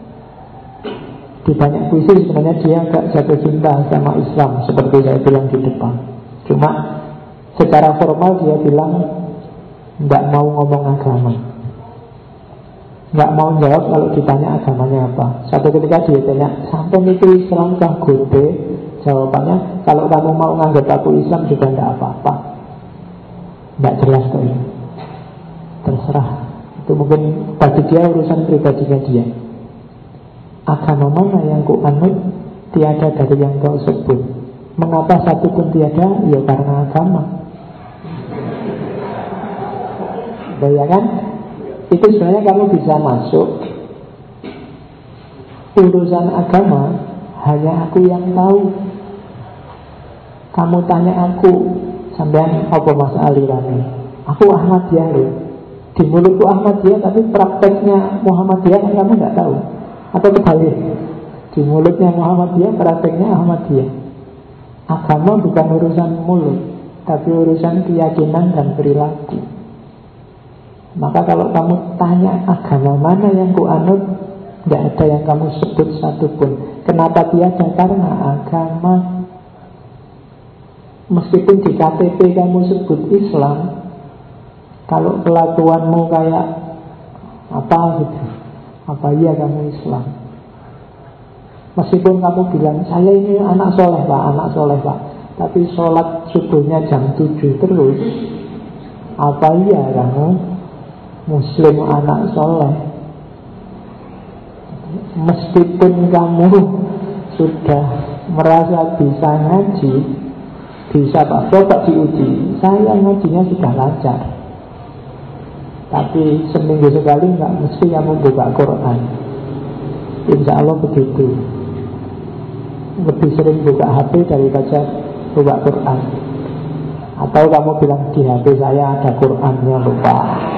Di banyak puisi sebenarnya dia agak jatuh cinta sama Islam, seperti saya bilang di depan. Cuma secara formal dia bilang tidak mau ngomong agama, nggak mau jawab kalau ditanya agamanya apa. Satu ketika dia tanya, sampai itu Islam kah Goethe? Jawabannya, kalau kamu mau nganggap aku Islam juga nggak apa-apa. Nggak jelas kok ini. Terserah. Itu mungkin bagi dia urusan pribadinya dia. Agama mana yang ku anut? Tiada dari yang kau sebut. Mengapa satu pun tiada? Ya karena agama. Bayangkan, itu sebenarnya kamu bisa masuk urusan agama, hanya aku yang tahu. Kamu tanya aku, sampean apa mas alirannya? Aku Ahmadiyah loh. Di mulutku Ahmadiyah, tapi prakteknya Muhammadiyah kan kamu nggak tahu. Atau kebalik, di mulutnya Muhammadiyah, prakteknya Ahmadiyah. Agama bukan urusan mulut, tapi urusan keyakinan dan perilaku. Maka kalau kamu tanya agama mana yang ku anut, tidak ada yang kamu sebut satupun. Kenapa tiada? Karena agama. Meskipun di KTP kamu sebut Islam, kalau kelakuanmu kayak apa gitu, apa iya kamu Islam? Meskipun kamu bilang saya ini anak soleh pak, tapi sholat subuhnya jam 7 terus, apa iya kamu Muslim anak soleh? Meskipun kamu sudah merasa bisa ngaji, bisa pak, coba diuji. Saya ngajinya sudah lancar, tapi seminggu sekali nggak mesti kamu buka Quran. Insya Allah begitu. Lebih sering buka HP daripada buka Quran. Atau kamu bilang di HP saya ada Qurannya lupa.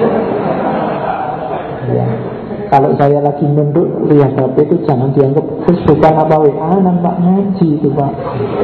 Ya. Kalau saya lagi nunduk lihat HP itu jangan dianggap bukan apa WA, nampak ngaji itu pak.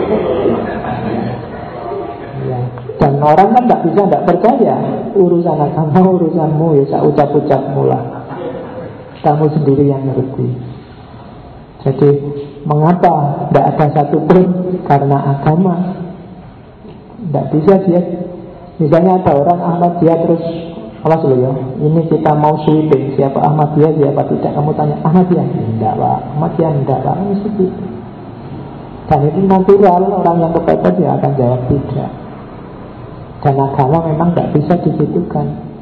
Ya. Dan orang kan tidak percaya. Urusan agama urusanmu, ya saya ucap-ucapmu lah. Kamu sendiri yang ngerti. Jadi mengapa tidak ada satupun? Karena agama. Tidak bisa dia. Misalnya ada orang Ahmadiyah terus, awas loh ya, ini kita mau sweeping, siapa Ahmadiyah, siapa tidak. Kamu tanya Ahmadiyah? Tidak pak. Ahmadiyah tidak pak. Mesti gitu. Dan itu natural, orang yang kepepet dia akan jawab tidak. Dan agama memang tidak bisa disitukan.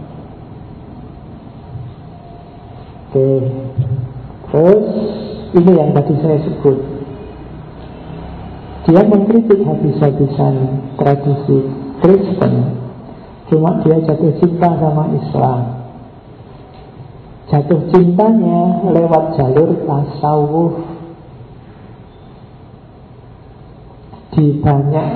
Oke. Terus ini yang tadi saya sebut, dia mengkritik habis-habisan tradisi Kristen, cuma dia jatuh cinta sama Islam. Jatuh cintanya lewat jalur tasawuf. Di banyak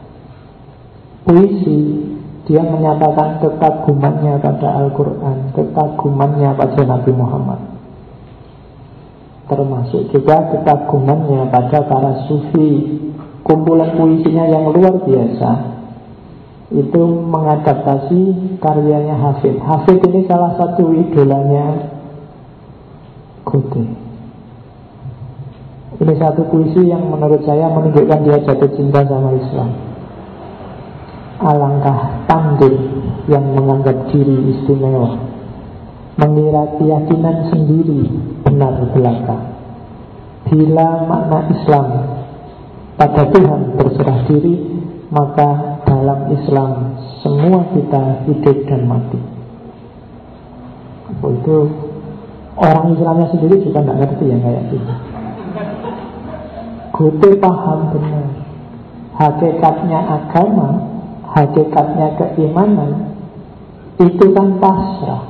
puisi dia menyatakan kekagumannya pada Al-Quran, kekagumannya pada Nabi Muhammad. Termasuk juga kekagumannya pada para sufi. Kumpulan puisinya yang luar biasa itu mengadaptasi karyanya Hafid. Hafid ini salah satu idolanya Goethe. Ini satu puisi yang menurut saya menunjukkan dia jatuh cinta sama Islam. Alangkah tanduk yang menganggap diri istimewa, mengira keyakinan sendiri benar belaka. Bila makna Islam pada Tuhan berserah diri, maka dalam Islam semua kita hidup dan mati. Itu orang Islamnya sendiri juga tidak ngerti yang kayak gitu. Goethe paham benar hakikatnya agama, hakikatnya keimanan itu kan pasrah.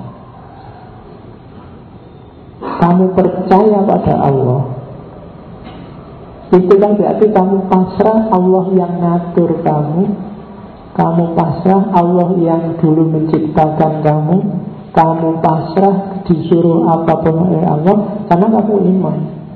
Kamu percaya pada Allah, itu kan berarti kamu pasrah Allah yang ngatur kamu. Kamu pasrah Allah yang dulu menciptakan kamu. Kamu pasrah disuruh apapun oleh Allah karena kamu iman.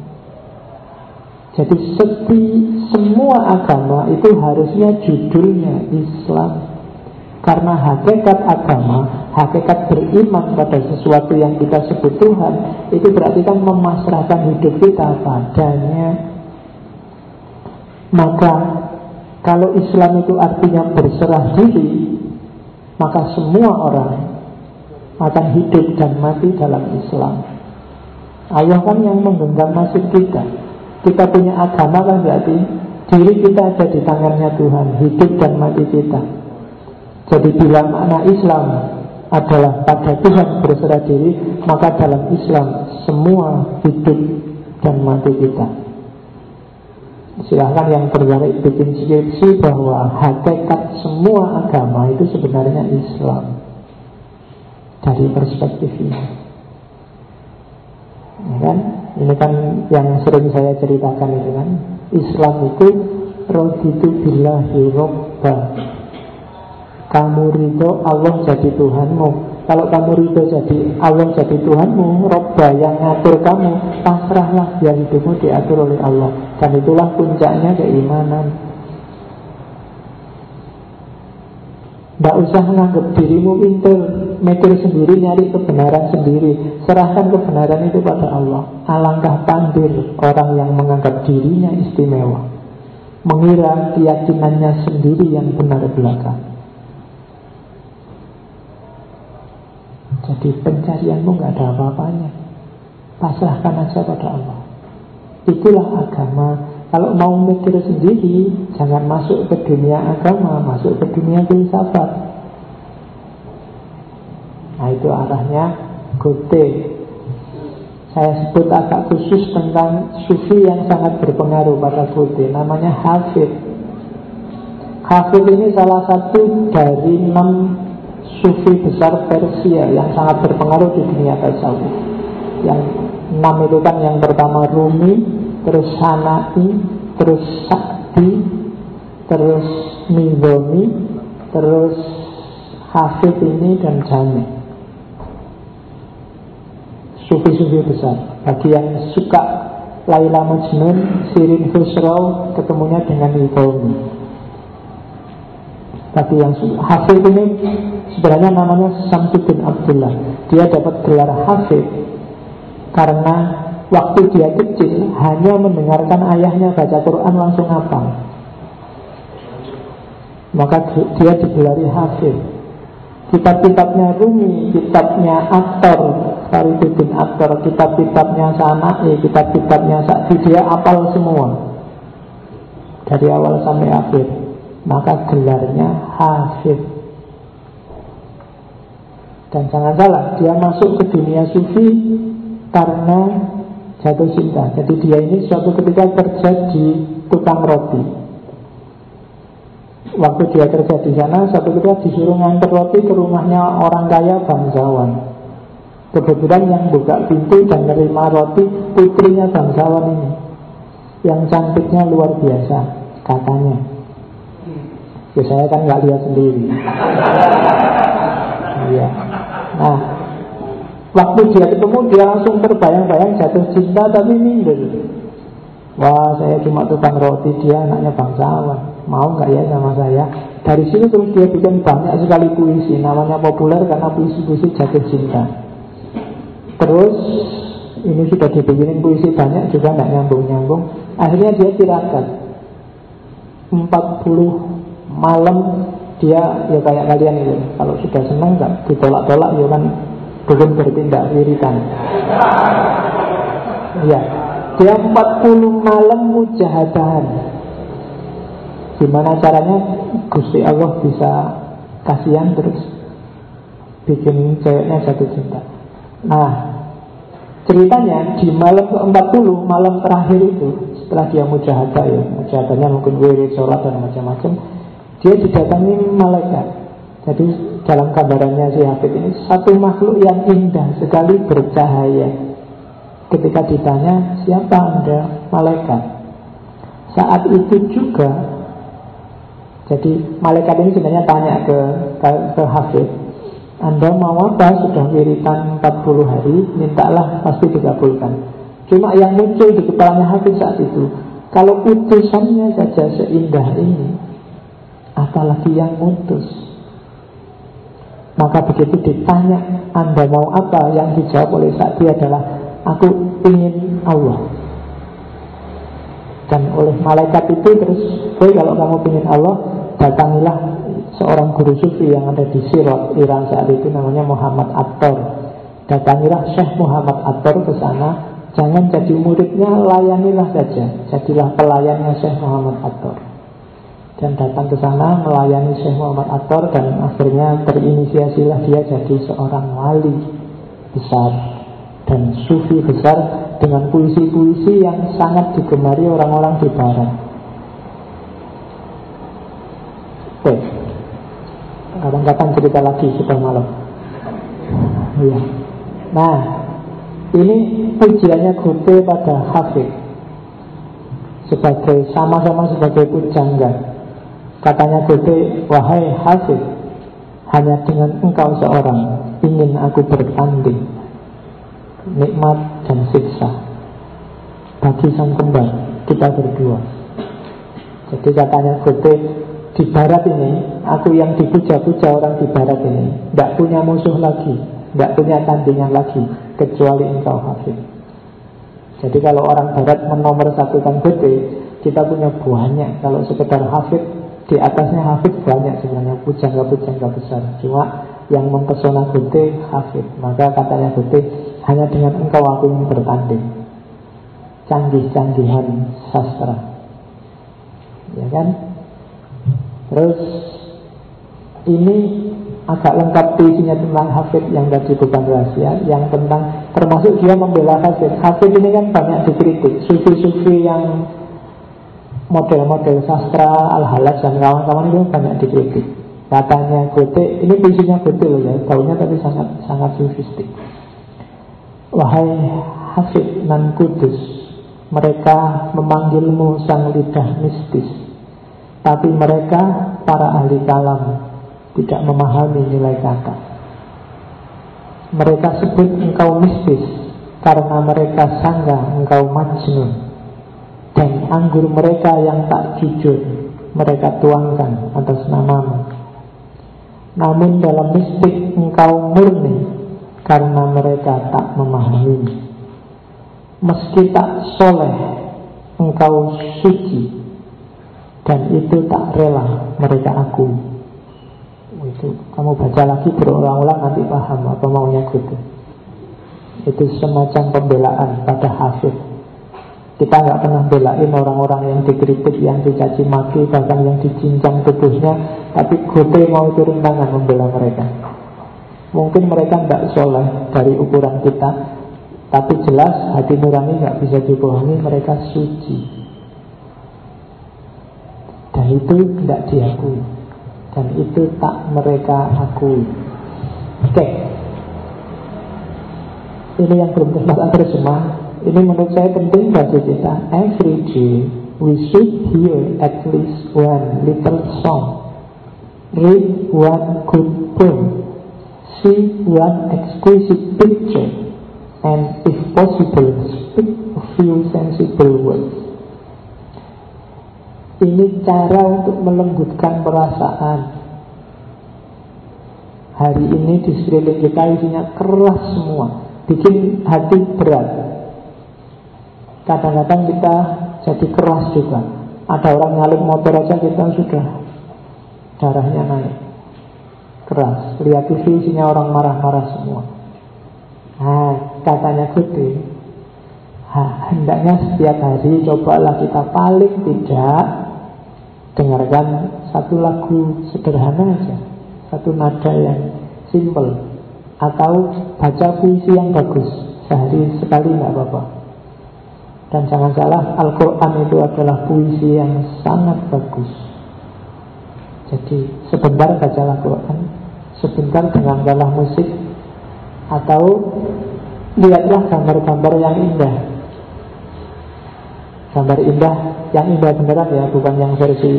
Jadi semua agama itu harusnya judulnya Islam. Karena hakikat agama, hakikat beriman pada sesuatu yang kita sebut Tuhan, itu berarti kan memasrahkan hidup kita padanya. Maka kalau Islam itu artinya berserah diri, maka semua orang akan hidup dan mati dalam Islam. Allah kan yang menggenggam nasib kita. Kita punya agama kan berarti diri kita ada di tangannya Tuhan, hidup dan mati kita. Jadi bila makna Islam adalah pada Tuhan berserah diri, maka dalam Islam semua hidup dan mati kita. Silahkan yang tertarik bikin skripsi bahwa hakikat semua agama itu sebenarnya Islam dari perspektif ini. Ya kan? Ini kan yang sering saya ceritakan itu kan, Islam itu raditu billahi robba. Kamu ridho Allah jadi Tuhanmu. Kalau kamu ridho jadi Allah jadi Tuhanmu, robba yang ngatur kamu, pasrahlah biar hidupmu diatur oleh Allah. Dan itulah puncaknya keimanan. Tidak usah menganggap dirimu pintar, mikir sendiri, nyari kebenaran sendiri. Serahkan kebenaran itu pada Allah. Alangkah pandir orang yang menganggap dirinya istimewa, mengira keyakinannya sendiri yang benar belaka. Jadi pencarianmu nggak ada apa-apanya. Pasrahkan aja pada Allah. Itulah agama. Kalau mau mikir sendiri, jangan masuk ke dunia agama, masuk ke dunia filsafat. Nah itu arahnya Goethe. Saya sebut agak khusus tentang sufi yang sangat berpengaruh pada Goethe. Namanya Hafid. Hafid ini salah satu dari 6 sufi besar Persia yang sangat berpengaruh di dunia tasawuf. Yang 6 itu kan yang pertama Rumi, terus Sana'i, terus Sa'di, terus Nizami, terus Hafid ini dan Jami. Sufi-sufi besar. Bagi yang suka Laila Majnun, Shirin Khusraw ketemunya dengan Nizami. Tapi yang Hafid ini sebenarnya namanya Samsuddin Abdullah. Dia dapat gelar Hafid karena waktu dia kecil hanya mendengarkan ayahnya baca Quran langsung hafal. Maka dia digelari Hafid. Kitab-kitabnya Rumi, kitabnya Aktor, Fariduddin Aktor, kitab-kitabnya Sana'i, kitab-kitabnya Sa'di, dia hafal semua dari awal sampai akhir. Maka gelarnya Hafid. Dan jangan salah, dia masuk ke dunia sufi karena jatuh cinta. Jadi dia ini suatu ketika kerja di tukang roti. Waktu dia kerja di sana, suatu ketika disuruh nganter roti ke rumahnya orang kaya bangsawan. Kebetulan yang buka pintu dan menerima roti putrinya bangsawan ini, yang cantiknya luar biasa katanya. Ya saya kan nggak lihat sendiri. Iya. Nah, Waktu dia ketemu, dia langsung terbayang-bayang jatuh cinta, tapi minder. Wah, saya cuma tukang roti, dia anaknya bangsawan, mau nggak ya sama saya? Dari sini terus dia bikin banyak sekali puisi, namanya populer karena puisi-puisi jatuh cinta. Terus ini sudah dibikinin puisi banyak juga nggak nyambung-nyambung. Akhirnya dia tirakat 40 malam. Dia ya kayak kalian itu, kalau sudah senang nggak ditolak-tolak ya kan belum bertindak wiritan. Iya, dia 40 malam mujahadahan. Gimana caranya Gusti Allah bisa kasihan terus bikin ceweknya jatuh cinta. Nah, ceritanya di malam ke-40, malam terakhir itu, setelah dia mujahadah ya, mujahadahnya mungkin wirid, sholat dan macam-macam, dia didatangi malaikat. Jadi dalam gambarannya si Hafid ini satu makhluk yang indah sekali, bercahaya. Ketika ditanya, siapa Anda? Malaikat. Saat itu juga, jadi malaikat ini sebenarnya tanya ke Hafid, Anda mau apa? Sudah wiritan 40 hari, mintalah, pasti dikabulkan. Cuma yang muncul di kepalanya Hafid saat itu, kalau putusannya saja seindah ini, apalagi yang mutus. Maka begitu ditanya, Anda mau apa? Yang dijawab oleh Sa'di adalah, aku ingin Allah. Dan oleh malaikat itu terus, kalau kamu ingin Allah, datangilah seorang guru sufi yang ada di Sirot, Iran saat itu, namanya Muhammad Attar. Datangilah Syekh Muhammad Attar ke sana. Jangan jadi muridnya, layanilah saja. Jadilah pelayannya Syekh Muhammad Attar. Dan datang ke sana melayani Syekh Muhammad Attar, dan akhirnya terinisiasilah dia jadi seorang wali besar dan sufi besar dengan puisi-puisi yang sangat digemari orang-orang di barat. Oke, kapan-kapan cerita lagi sudah malam. Iya. Nah, ini pujiannya Gote pada Hafid sebagai sama-sama sebagai pujangga. Katanya Gote, wahai Hafid, hanya dengan engkau seorang ingin aku bertanding nikmat dan siksa bagi sang kembar kita berdua. Jadi katanya Gote, di barat ini, aku yang dipuja-puja orang di barat ini, tidak punya musuh lagi, tidak punya tandingan lagi, kecuali engkau Hafid. Jadi kalau orang barat menomorsatukan Gote, kita punya banyak. Kalau sekedar Hafid, di atasnya Hafid banyak sebenarnya, pujangga-pujangga besar. Cuma yang mempesona Gote Hafid. Maka katanya Gote, hanya dengan engkau aku ingin bertanding. Canggih-canggihan sastra, ya kan? Terus ini agak lengkap puisinya tentang Hafid yang tadi bukan rahasia, yang tentang termasuk dia membela Hafid. Hafid ini kan banyak dikritik, sufi-sufi yang model-model sastra Al-Halaj dan kawan-kawan itu banyak dikritik. Katanya Gote, ini puisinya Gote loh ya, baunya tapi sangat sufistik. Wahai Hafid nan kudus, mereka memanggilmu sang lidah mistis, tapi mereka para ahli kalam tidak memahami nilai kata. Mereka sebut engkau mistis karena mereka sangka engkau majnun. Dan anggur mereka yang tak jujur mereka tuangkan atas namamu. Namun dalam mistik engkau murni karena mereka tak memahami. Meski tak soleh engkau suci, dan itu tak rela mereka akui. Itu kamu baca lagi berulang-ulang nanti paham apa maunya Gote. Itu semacam pembelaan pada Hafid. Kita nggak pernah belain orang-orang yang dikritik, yang dicaci maki, bahkan yang dicincang tubuhnya. Tapi Gote mau turun tangan membela mereka. Mungkin mereka nggak soleh dari ukuran kita, tapi jelas hati nurani nggak bisa dibohongi, mereka suci. Dan itu tidak diakui, dan itu tak mereka akui. Oke. Ini yang belum sempat terjemah. Ini menurut saya penting bagi kita. Every day we should hear at least one little song, read one good poem, see one exquisite picture, and if possible, speak a few sensible words. Ini cara untuk melembutkan perasaan. Hari ini di sekeliling kita isinya keras semua, bikin hati berat. Kadang-kadang kita jadi keras juga. Ada orang nyalip motor aja kita sudah darahnya naik, keras. Lihat TV isinya orang marah-marah semua. Nah, katanya Goethe, hendaknya setiap hari cobalah kita paling tidak dengarkan satu lagu sederhana aja, satu nada yang simple, atau baca puisi yang bagus sehari sekali, nggak apa-apa. Dan jangan salah, Al-Quran itu adalah puisi yang sangat bagus. Jadi sebentar baca Al-Quran, sebentar dengarkanlah musik, atau lihatlah gambar-gambar yang indah. Gambar indah, yang indah beneran ya, bukan yang versi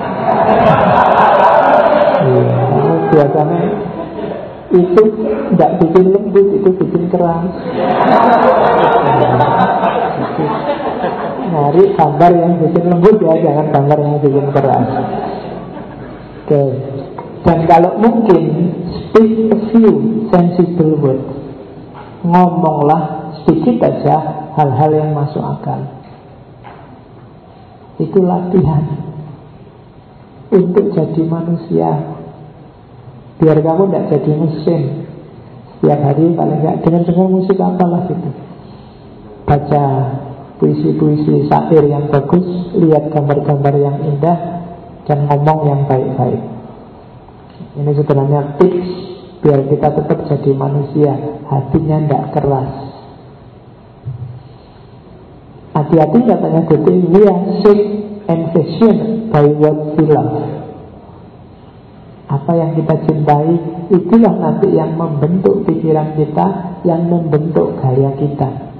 biasanya itu tidak bikin lembut, itu bikin keras. Nyari gambar yang bikin lembut ya, jangan gambar yang bikin keras. Oke. Dan kalau mungkin, speak a few sensible words. Ngomonglah sedikit aja hal-hal yang masuk akal. Itu latihan untuk jadi manusia, biar kamu tidak jadi mesin. Setiap hari paling tidak dengar musik apalah gitu, baca puisi-puisi syair yang bagus, lihat gambar-gambar yang indah, dan ngomong yang baik-baik. Ini sebenarnya tips biar kita tetap jadi manusia, hatinya tidak keras. Hati-hati katanya Goethe, we are sick and fashioned by what we love. Apa yang kita cintai, itulah nanti yang membentuk pikiran kita, yang membentuk gaya kita.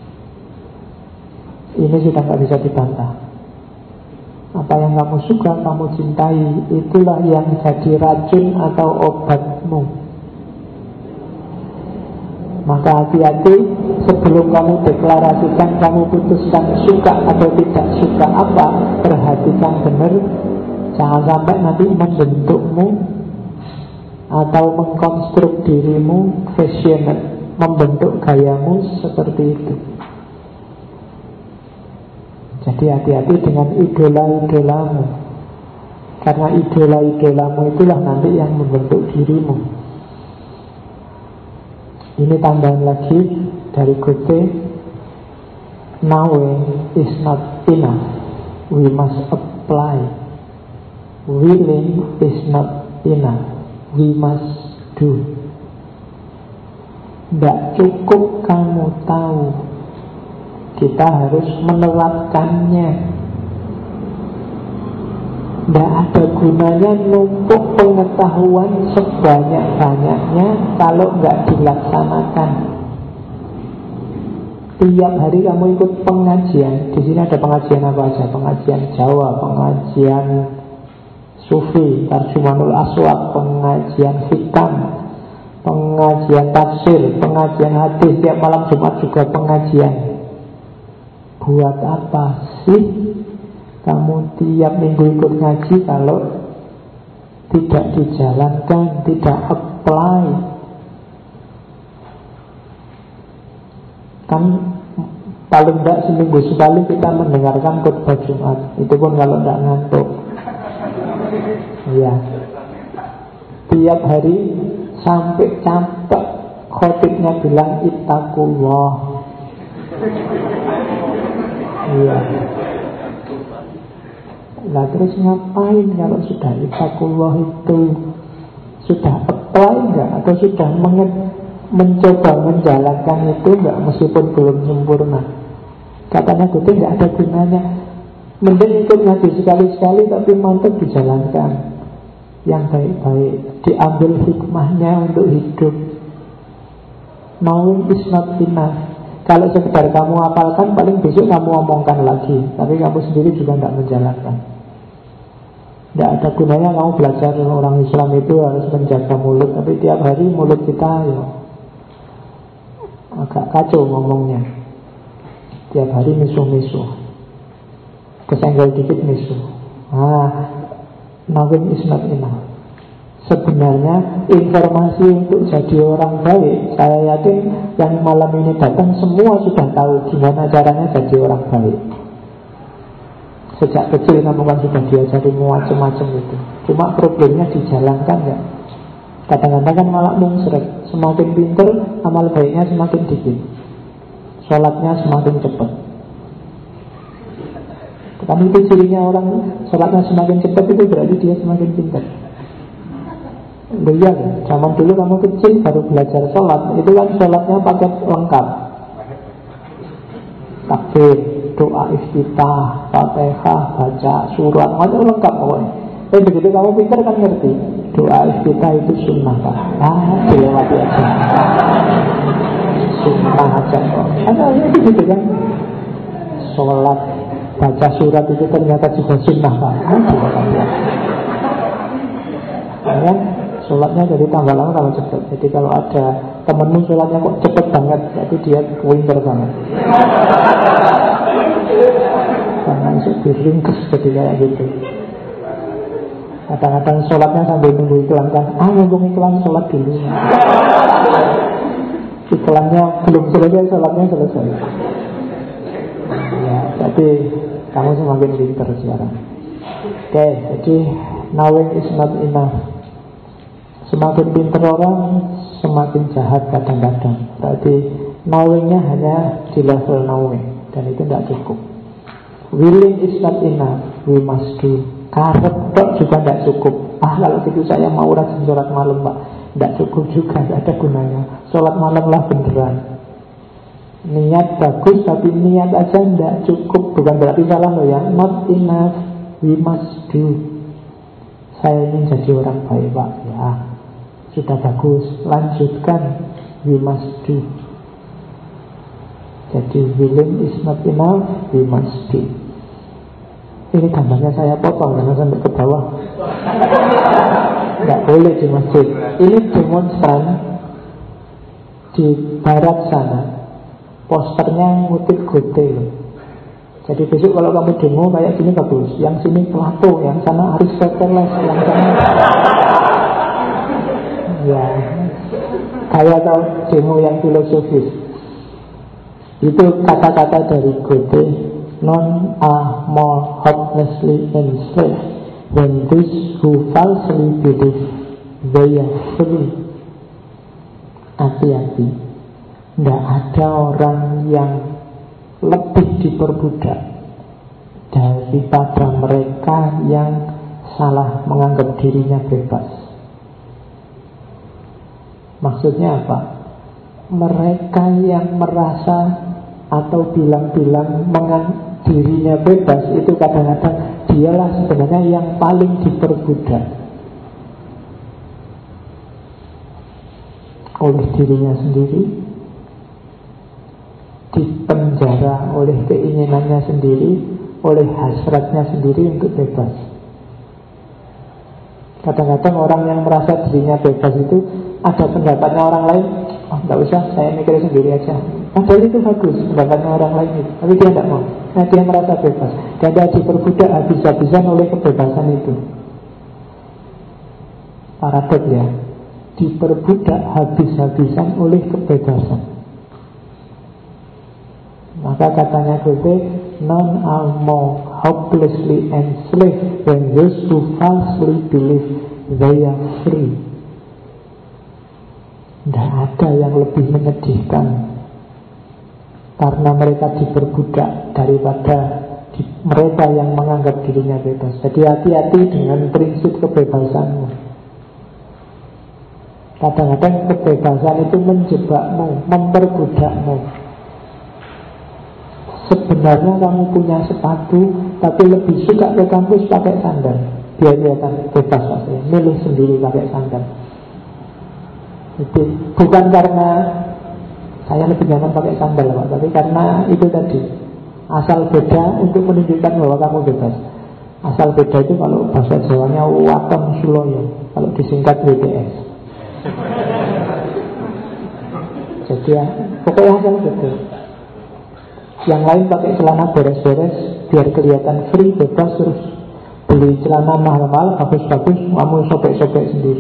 Ini sudah nggak bisa dibantah. Apa yang kamu suka, kamu cintai, itulah yang jadi racun atau obatmu. Maka hati-hati sebelum kamu deklarasikan, kamu putuskan suka atau tidak suka apa, perhatikan benar. Jangan sampai nanti membentukmu atau mengkonstruk dirimu fashioned, membentuk gayamu seperti itu. Jadi hati-hati dengan idola-idolamu, karena idola-idolamu itulah nanti yang membentuk dirimu. Ini tambahan lagi dari Goethe, knowing is not enough, we must apply. Willing is not enough, we must do. Tidak cukup kamu tahu, kita harus menerapkannya. Tidak ada gunanya numpuk pengetahuan sebanyak-banyaknya kalau nggak dilaksanakan. Tiap hari kamu ikut pengajian. Di sini ada pengajian apa aja? Pengajian Jawa, pengajian Sufi, Tarjumanul Aswad, pengajian Hikam, pengajian tafsir, pengajian hadis. Tiap malam Jumat juga pengajian. Buat apa sih kamu tiap minggu ikut ngaji kalau tidak dijalankan, tidak apply? Kan paling tidak seminggu sekali kita mendengarkan khutbah Jumat. Itu pun kalau tidak ngantuk. Ya, tiap hari sampai capek khotibnya bilang ittaqullah. Iya. Lah terus ngapain kalau sudah ittaqullah itu? Sudah apply enggak? Atau sudah mencoba menjalankan itu enggak, meskipun belum sempurna? Katanya Goethe enggak ada gunanya. Mending ikut ngaji sekali-sekali tapi mantap dijalankan yang baik-baik, diambil hikmahnya untuk hidup. Knowing is not enough. Kalau sekedar kamu hafalkan, paling besok kamu omongkan lagi, tapi kamu sendiri juga tidak menjalankan. Tidak ada gunanya kamu belajar orang Islam itu harus menjaga mulut, tapi tiap hari mulut kita ya agak kacau ngomongnya. Tiap hari misuh-misuh, kesenggol dikit misuh. Knowing is not enough. Sebenarnya informasi untuk jadi orang baik, saya yakin yang malam ini datang semua sudah tahu gimana caranya jadi orang baik. Sejak kecil kamu kan sudah diajari macam-macam itu. Cuma problemnya dijalankan ya. Kadang-kadang kan malah mungsrek. Semakin pintar, amal baiknya semakin dikit, sholatnya semakin cepat. Kan itu cirinya orang sholatnya semakin cepat, itu berarti dia semakin pintar. Iya, zaman dulu kamu kecil baru belajar sholat, itu kan sholatnya paket lengkap, takbir, doa iftitah, fatihah, baca surat, macam lengkap pokoknya. Tapi begitu kamu pintar kan ngerti, doa iftitah itu sunnah Pak. Dilewati aja, sunnah aja kok. Karena itu gitu kan, sholat baca surat itu ternyata juga sunnah Pak. Dilewati aja. Ya, sholatnya jadi tambah lama kalau cepat. Jadi kalau ada temenmu sholatnya kok cepet banget, berarti dia winter banget. Karena itu diringkes jadi kayak gitu. Kadang-kadang sholatnya sambil nunggu iklan kan. Nunggu iklan sholat dulu. Iklannya belum selesai, sholatnya selesai. Ya, tapi kamu semakin winter sekarang. Oke, jadi knowing is not enough. Semakin pintar orang, semakin jahat kadang-kadang. Berarti knowingnya hanya di level knowing, dan itu tidak cukup. Willing is not enough, we must do. Karep tok juga tidak cukup. Kalau gitu saya mau rajin sholat malam Pak. Tidak cukup juga, tidak ada gunanya. Sholat malam lah beneran. Niat bagus, tapi niat aja tidak cukup. Bukan berarti salah loh ya. Not enough, we must do. Saya ingin jadi orang baik Pak. Ya, sudah bagus, lanjutkan. We must do. Jadi willing is not enough, we must do. Ini gambarnya saya potong karena sampai ke bawah. Nggak boleh di masjid. Ini demonstran di barat sana. Posternya ngutip Goethe. Jadi besok kalau kamu demo kayak gini bagus. Yang sini Plato, yang sana Aristoteles, yang sana ya kayak tahu demo yang filosofis. Itu kata-kata dari Goethe. None are more hopelessly enslaved than those who falsely believe they are free. Hati-hati, tidak ada orang yang lebih diperbudak daripada mereka yang salah menganggap dirinya bebas. Maksudnya apa? Mereka yang merasa atau bilang-bilang dirinya bebas, itu kadang-kadang dialah sebenarnya yang paling diperbudak oleh dirinya sendiri, dipenjara oleh keinginannya sendiri, oleh hasratnya sendiri untuk bebas. Kadang-kadang orang yang merasa dirinya bebas itu ada pendapatnya orang lain, nggak usah, saya mikir sendiri aja. Padahal itu bagus pendapatnya orang lain itu, tapi dia tidak mau. Nah, dia merasa bebas, dan dia diperbudak habis-habisan oleh kebebasan itu. Paradoks ya, diperbudak habis-habisan oleh kebebasan. Maka katanya Goethe, none are more hopelessly enslaved than those who falsely believe they are free. Tidak ada yang lebih menyedihkan karena mereka diperbudak daripada mereka yang menganggap dirinya bebas. Jadi hati-hati dengan prinsip kebebasanmu. Kadang-kadang kebebasan itu menjebakmu, memperbudakmu. Sebenarnya kamu punya sepatu, tapi lebih suka ke kampus pakai sandal. Biar kelihatan bebas pakai, milih sendiri pakai sandal. Jadi bukan karena saya lebih nyaman pakai sandal Pak, tapi karena itu tadi, asal beda untuk menunjukkan bahwa kamu bebas. Asal beda itu kalau bahasa Jawanya Waton Suloyo, kalau disingkat WTS. Jadi ya, pokoknya asal beda. Yang lain pakai celana beres-beres biar kelihatan free, bebas, terus beli celana mahal-mahal, bagus-bagus, kamu sobek-sobek sendiri.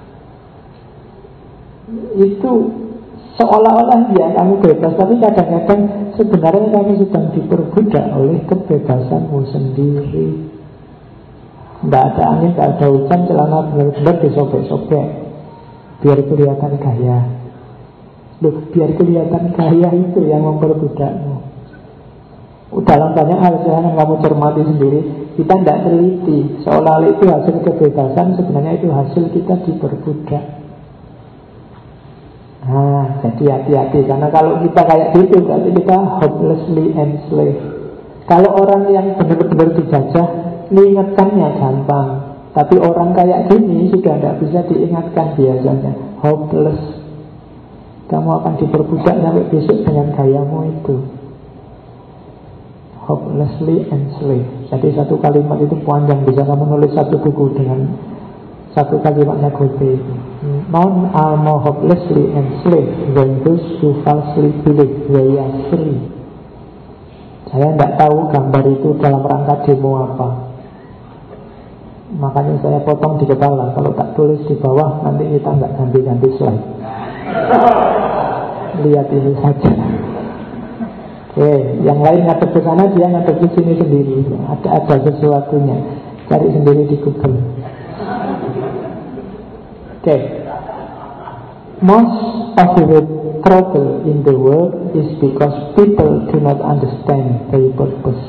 Itu seolah-olah ya kamu bebas, tapi kadang-kadang sebenarnya kamu sedang diperbudak oleh kebebasanmu sendiri. Tidak ada angin, tidak ada hujan, celana benar-benar disobek-sobek biar kelihatan gaya. Loh, biar kelihatan gaya itu yang memperbudakmu. Dalam banyak hal jangan kamu cermati sendiri. Kita tidak teliti, seolah-olah itu hasil kebebasan, sebenarnya itu hasil kita diperbudak. Nah, jadi hati-hati, karena kalau kita kayak gitu berarti kita hopelessly enslaved. Kalau orang yang benar-benar dijajah, diingatkannya gampang. Tapi orang kayak gini sudah tidak bisa diingatkan biasanya. Hopeless. Kamu akan diperbudak sampai besok dengan gayamu itu. Hopelessly enslaved. Jadi satu kalimat itu panjang, bisa kamu nulis satu buku dengan satu kalimatnya Goethe. None are more hopelessly enslaved than those who falsely believe they are free. Saya tidak tahu gambar itu dalam rangka demo apa, makanya saya potong di kepala. Kalau tak tulis di bawah, nanti kita nggak ganti-ganti slide. Lihat ini saja. Oke, yang lain ngadep ke sana, dia ngadep ke sini sendiri. Ada sesuatunya. Cari sendiri di Google. Oke. Most of the trouble in the world is because people do not understand their purpose.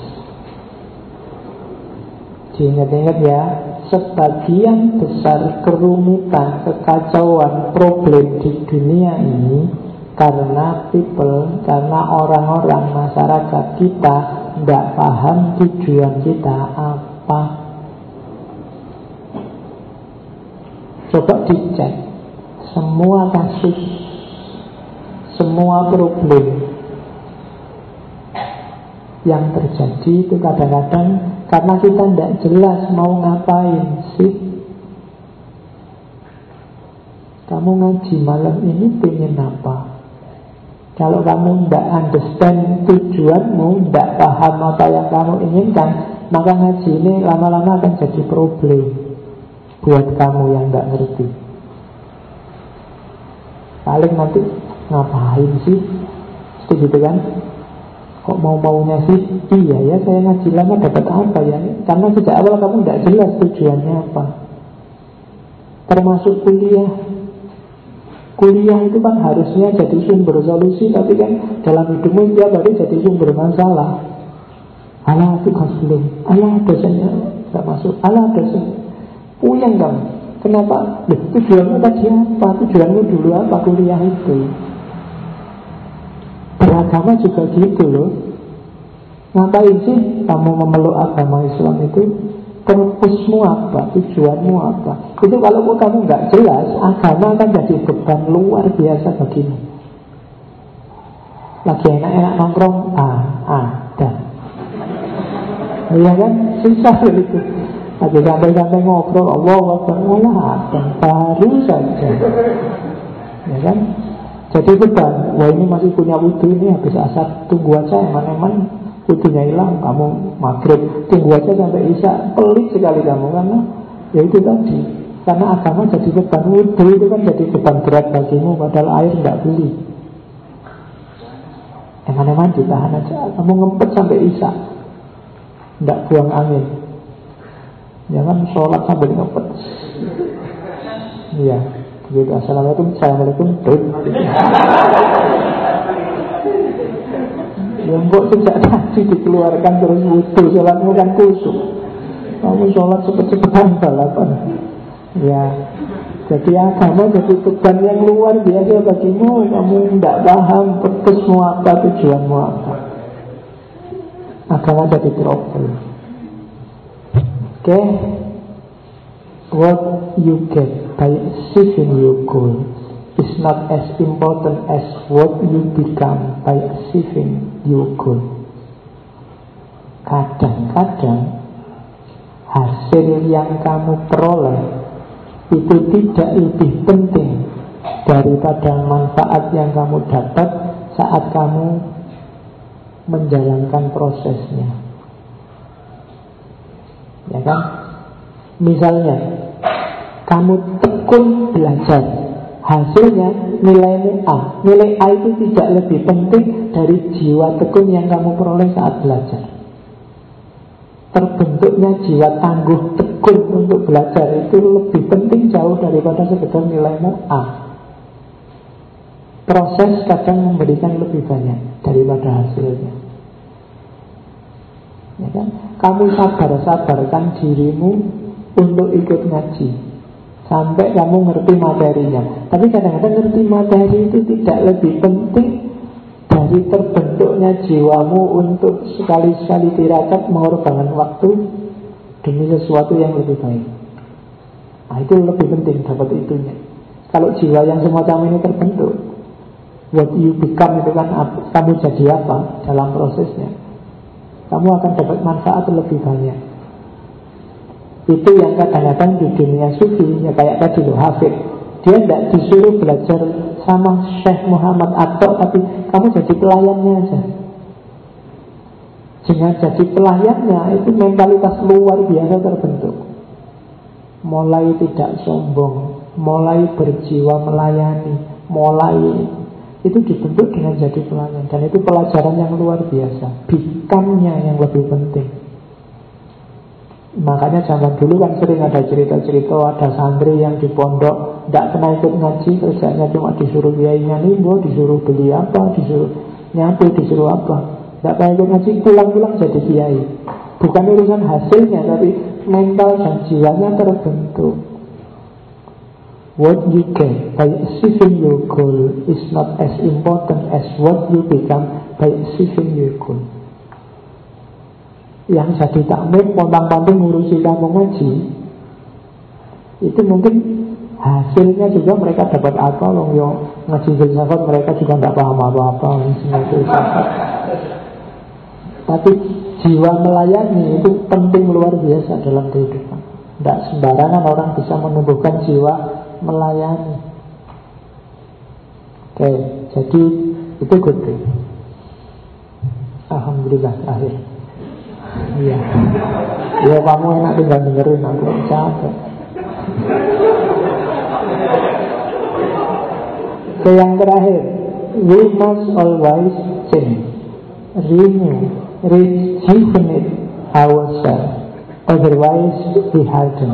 Ingat-ingat ya, sebagian besar kerumitan, kekacauan, problem di dunia ini karena people, karena orang-orang masyarakat kita tidak paham tujuan kita apa. Coba dicek semua kasus, semua problem yang terjadi itu kadang-kadang karena kita tidak jelas mau ngapain sih. Kamu ngaji malam ini pengen apa? Kalau kamu tidak understand tujuanmu, tidak paham apa yang kamu inginkan, maka ngaji ini lama-lama akan jadi problem buat kamu yang tidak ngerti. Paling nanti ngapain sih? Gitu kan? Kok mau-maunya sih? Iya ya, saya ngaji lama dapat apa ya? Karena sejak awal kamu tidak jelas tujuannya apa. Termasuk kuliah. Kuliah itu kan harusnya jadi sumber solusi, tapi kan dalam hidupmu tiap hari jadi sumber masalah. Alah tugas belum, alah dosennya tidak masuk, alah dosen. Puyeng kamu. Kenapa? Tujuanmu tadi apa? Tujuanmu dulu apa kuliah itu? Beragama juga gitu loh. Ngapain sih kamu memeluk agama Islam itu? Purpose-mu apa? Tujuanmu apa? Itu kalau kamu nggak jelas, agama akan jadi beban luar biasa bagimu. Lagi enak-enak nongkrong, ada. Iya kan? Susah itu. Lagi santai-santai ngobrol, Allah ada baru saja. Ya kan? Jadi beban. Wah ini masih punya wudhu ini, habis asar tunggu aja, eman-eman wudhunya hilang, kamu maghrib tunggu aja sampai isya. Pelit sekali kamu, karena ya itu tadi, karena agama jadi beban. Wudhu itu kan jadi beban berat bagimu, padahal air tidak beli. Eman-eman ditahan aja, kamu ngempet sampai isya, tidak buang angin. Jangan sholat sambil ngempet. Iya, begitu. Assalamualaikum, assalamualaikum. Yang kok sejak tadi dikeluarkan terus wudhu, sholatmu kan kusuk. Kamu sholat cepet-cepetan balapan. Ya, jadi agama jadi beban yang luar biasa bagimu. Kamu tidak paham purpose-mu apa, tujuanmu apa. Agama jadi problem. Okay, what you get by achieving your goal is not as important as what you become by achieving your goal. Kadang-kadang hasil yang kamu peroleh itu tidak lebih penting daripada manfaat yang kamu dapat saat kamu menjalankan prosesnya. Ya kan? Misalnya kamu tekun belajar, hasilnya nilaimu A. Nilai A itu tidak lebih penting dari jiwa tekun yang kamu peroleh saat belajar. Terbentuknya jiwa tangguh tekun untuk belajar itu lebih penting jauh daripada sekedar nilaimu A. Proses kadang memberikan lebih banyak daripada hasilnya. Ya kan? Kamu sabarkan dirimu untuk ikut ngaji sampai kamu ngerti materinya. Tapi kadang-kadang ngerti materi itu tidak lebih penting dari terbentuknya jiwamu untuk sekali-sekali tirakat mengorbankan waktu demi sesuatu yang lebih baik. Nah, itu lebih penting dapat itunya. Kalau jiwa yang semacam ini terbentuk, what you become itu kan kamu jadi apa dalam prosesnya, kamu akan dapat manfaat lebih banyak. Itu yang kadang-kadang di dunia sufi, ya kayak tadi loh, Hafid, dia tidak disuruh belajar sama Syekh Muhammad Atok, tapi kamu jadi pelayannya aja. Dengan jadi pelayannya itu mentalitas luar biasa terbentuk. Mulai tidak sombong, mulai berjiwa melayani, mulai itu dibentuk dengan jadi pelayan. Dan itu pelajaran yang luar biasa. Bikamnya yang lebih penting. Makanya zaman dulu kan sering ada cerita-cerita ada santri yang di pondok tidak pernah ikut ngaji, kerjanya cuma disuruh kiainya nimbo, disuruh beli apa, disuruh nyapu, disuruh apa. Tidak pernah ikut ngaji, pulang-pulang jadi kiai. Bukan urusan hasilnya, tapi mental dan jiwanya terbentuk. What you get by achieving your goal is not as important as what you become by achieving your goal. Yang jadi takmir, pontang-panting ngurusi kamu ngaji, itu mungkin hasilnya juga mereka dapat apa. Loh, yang ngaji filsafat mereka juga tidak paham apa-apa. Tapi jiwa melayani itu penting luar biasa dalam kehidupan. Tidak sembarangan orang bisa menumbuhkan jiwa melayani. Oke, jadi itu good thing. Alhamdulillah terakhir. Iya. Ya kamu enak tinggal dengerin, aku capek. Yang terakhir, we must always change, renew, rejuvenate ourselves, otherwise we harden.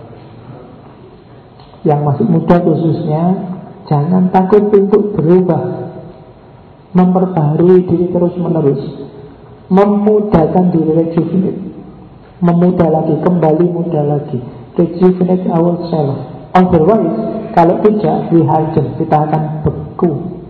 Yang masih muda khususnya, jangan takut untuk berubah, memperbaharui diri terus menerus, memudahkan diri, rejuvenate, memudah lagi, kembali mudah lagi, rejuvenate ourselves. Otherwise, kalau tidak, we harden, kita akan beku,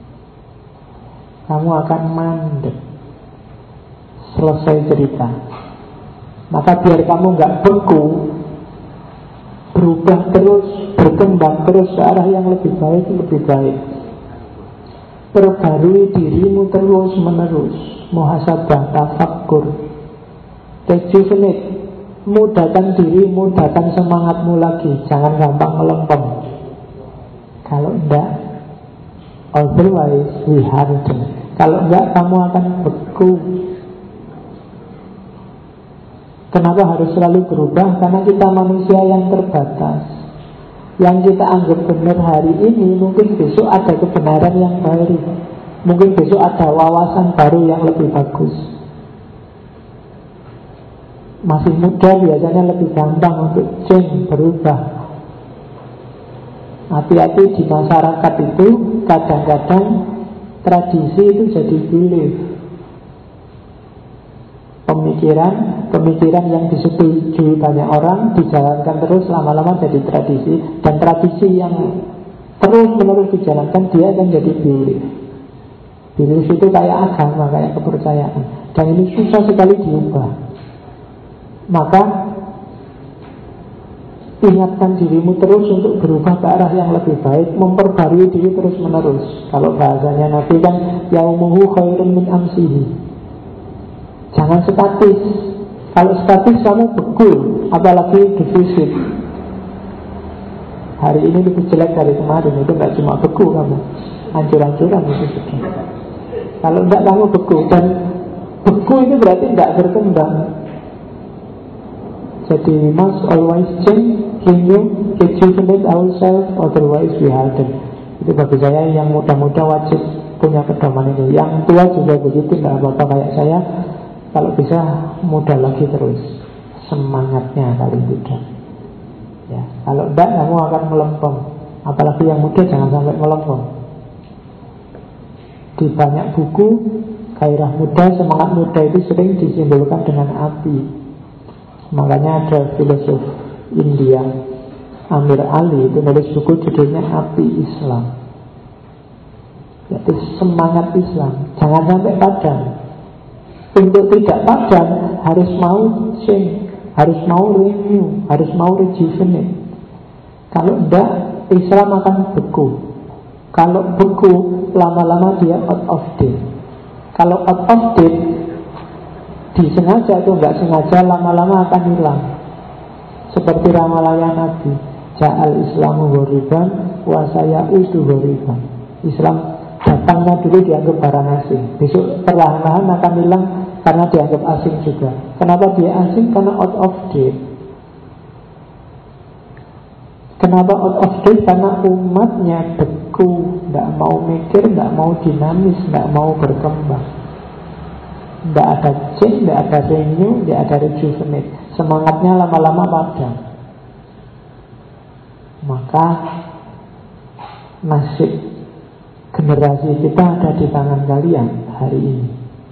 kamu akan mandek. Selesai cerita. Maka biar kamu nggak beku, berubah terus, berkembang terus ke arah yang lebih baik, lebih baik. Perbarui dirimu terus menerus, muhasabah, tafakkur, rejuvenate, mudahkan diri, mudahkan semangatmu lagi, jangan gampang melempem. Kalau enggak, otherwise we harden. Kalau enggak, kamu akan beku. Kenapa harus selalu berubah? Karena kita manusia yang terbatas. Yang kita anggap benar hari ini, mungkin besok ada kebenaran yang baru, mungkin besok ada wawasan baru yang lebih bagus. Masih muda biasanya lebih gampang untuk change, berubah. Hati-hati di masyarakat itu, kadang-kadang tradisi itu jadi belief. Pemikiran yang disetujui banyak orang dijalankan terus, lama-lama jadi tradisi. Dan tradisi yang terus-menerus dijalankan, dia akan jadi belief. Belief itu kayak agama, kayak kepercayaan. Dan ini susah sekali diubah. Maka ingatkan dirimu terus untuk berubah ke arah yang lebih baik, memperbarui diri terus-menerus. Kalau bahasanya Nabi kan, yaumuhu khairun min amsihi. Jangan statis, Kalau statis kamu beku, apalagi defisit. Hari ini lebih jelek dari kemarin, itu nggak cuma beku kamu, hancur-hancuran itu sudah. Kalau enggak kamu beku, dan beku itu berarti enggak berkembang. Jadi we must always change, renew, rejuvenate ourselves, otherwise we harden. Itu bagi saya yang muda-muda wajib punya pedoman ini. Yang tua juga begitu, enggak apa-apa kayak saya. Kalau bisa muda lagi terus, semangatnya paling tidak. Ya, kalau enggak kamu akan melempem. Apalagi yang muda jangan sampai melempem. Di banyak buku, gairah muda, semangat muda itu sering disimbolkan dengan api. Makanya ada filosof India Amir Ali itu nulis buku judulnya Api Islam, yaitu semangat Islam. Jangan sampai padam. Untuk tidak padam harus mau change, harus mau renew, harus mau rejuvenate. Kalau tidak, Islam akan beku. Kalau beku, lama-lama dia out of date. Kalau out of date, disengaja atau enggak sengaja, lama-lama akan hilang. Seperti ramalan Nabi, Ja'al Islamu ghoriban wa sayaudu ghoriban. Islam datangnya dulu dianggap barang asing, besok perlahan-lahan akan hilang karena dianggap asing juga. Kenapa dia asing? Karena out of date. Kenapa out of date? Karena umatnya beku, tidak mau mikir, tidak mau dinamis, tidak mau berkembang. Tidak ada change, tidak ada renew, tidak ada rejuvenate. Semangatnya lama-lama padam. Maka nasib generasi kita ada di tangan kalian hari ini.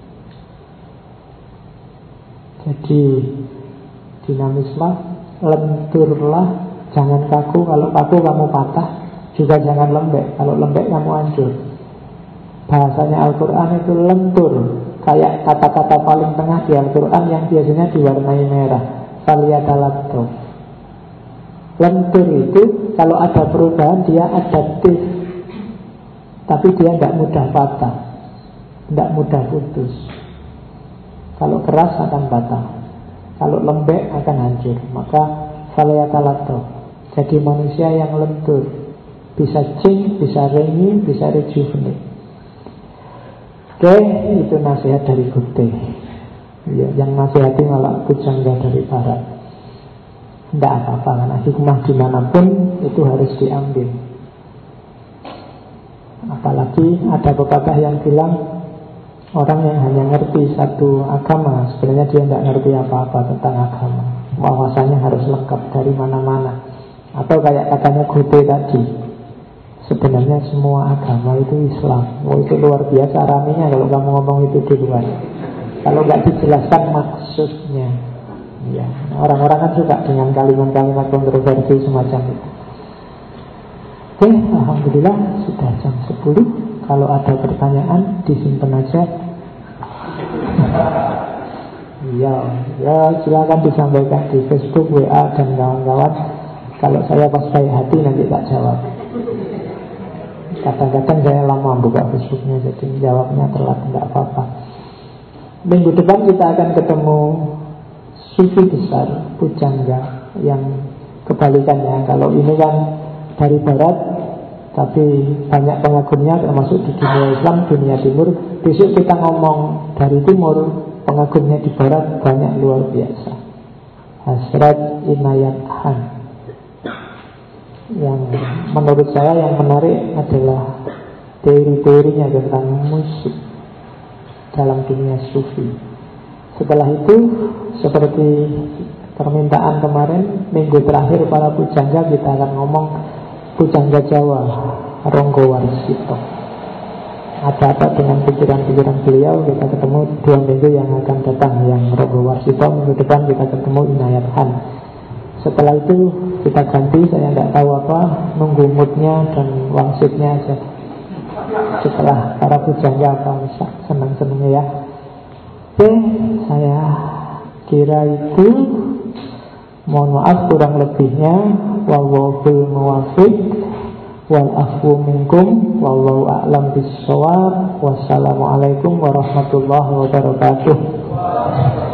Jadi dinamislah, lenturlah, jangan kaku. Kalau kaku kamu patah, juga jangan lembek. Kalau lembek kamu hancur. Bahasanya Al-Quran itu lentur, kayak kata-kata paling tengah di Al-Quran yang biasanya diwarnai merah. Faliyatalatto. Lentur itu kalau ada perubahan dia adaptif, tapi dia tidak mudah patah, tidak mudah putus. Kalau keras akan patah, kalau lembek akan hancur. Maka faliyatalatto, jadi manusia yang lentur, bisa change, bisa renew, bisa rejuvenate. Oke, itu nasihat dari Gute. Ya, yang nasihati malah pujangga dari barat. Tidak apa-apa, karena hikmah dimanapun itu harus diambil. Apalagi ada pepatah yang bilang orang yang hanya ngerti satu agama, sebenarnya dia tidak ngerti apa-apa tentang agama. Wawasannya harus lengkap dari mana-mana. Atau kayak katanya Gute tadi, sebenarnya semua agama itu Islam. Oh, itu luar biasa raminya kalau kamu ngomong itu di luar. Kalau nggak dijelaskan maksudnya, ya, orang-orang kan suka dengan kalimat-kalimat kontroversi semacam itu. Oke, alhamdulillah sudah jam 10. Kalau ada pertanyaan disimpan aja. Iya, ya silakan disampaikan di Facebook, WA dan kawan-kawan. Kalau saya pas baik hati nanti tak jawab. Kadang-kadang saya lama buka Facebooknya, jadi jawabnya telat, tidak apa-apa. Minggu depan kita akan ketemu sufi besar, pujangga, yang kebalikannya. Kalau ini kan dari barat, tapi banyak pengagumnya, termasuk di dunia Islam, dunia timur. Besok kita ngomong dari timur, pengagumnya di barat banyak, luar biasa. Hasrat Inayat Khan. Yang menurut saya yang menarik adalah teori-teorinya tentang musik dalam dunia sufi. Setelah itu, seperti permintaan kemarin, minggu terakhir para pujangga, kita akan ngomong pujangga Jawa, Ronggo Warsito. Ada apa dengan pikiran-pikiran beliau? Kita ketemu 2 minggu yang akan datang, yang Ronggo Warsito. Minggu depan kita ketemu Inayat Khan. Setelah itu kita ganti, saya tidak tahu apa, nunggu moodnya dan wangsitnya aja. Setelah para pujangga apa bisa senang-senangnya ya. Oke, saya kira itu. Mohon maaf kurang lebihnya. Wallahul muwaffiq wal afwu minkum wallahu a'lam bis-shawab. Wassalamualaikum warahmatullahi wabarakatuh.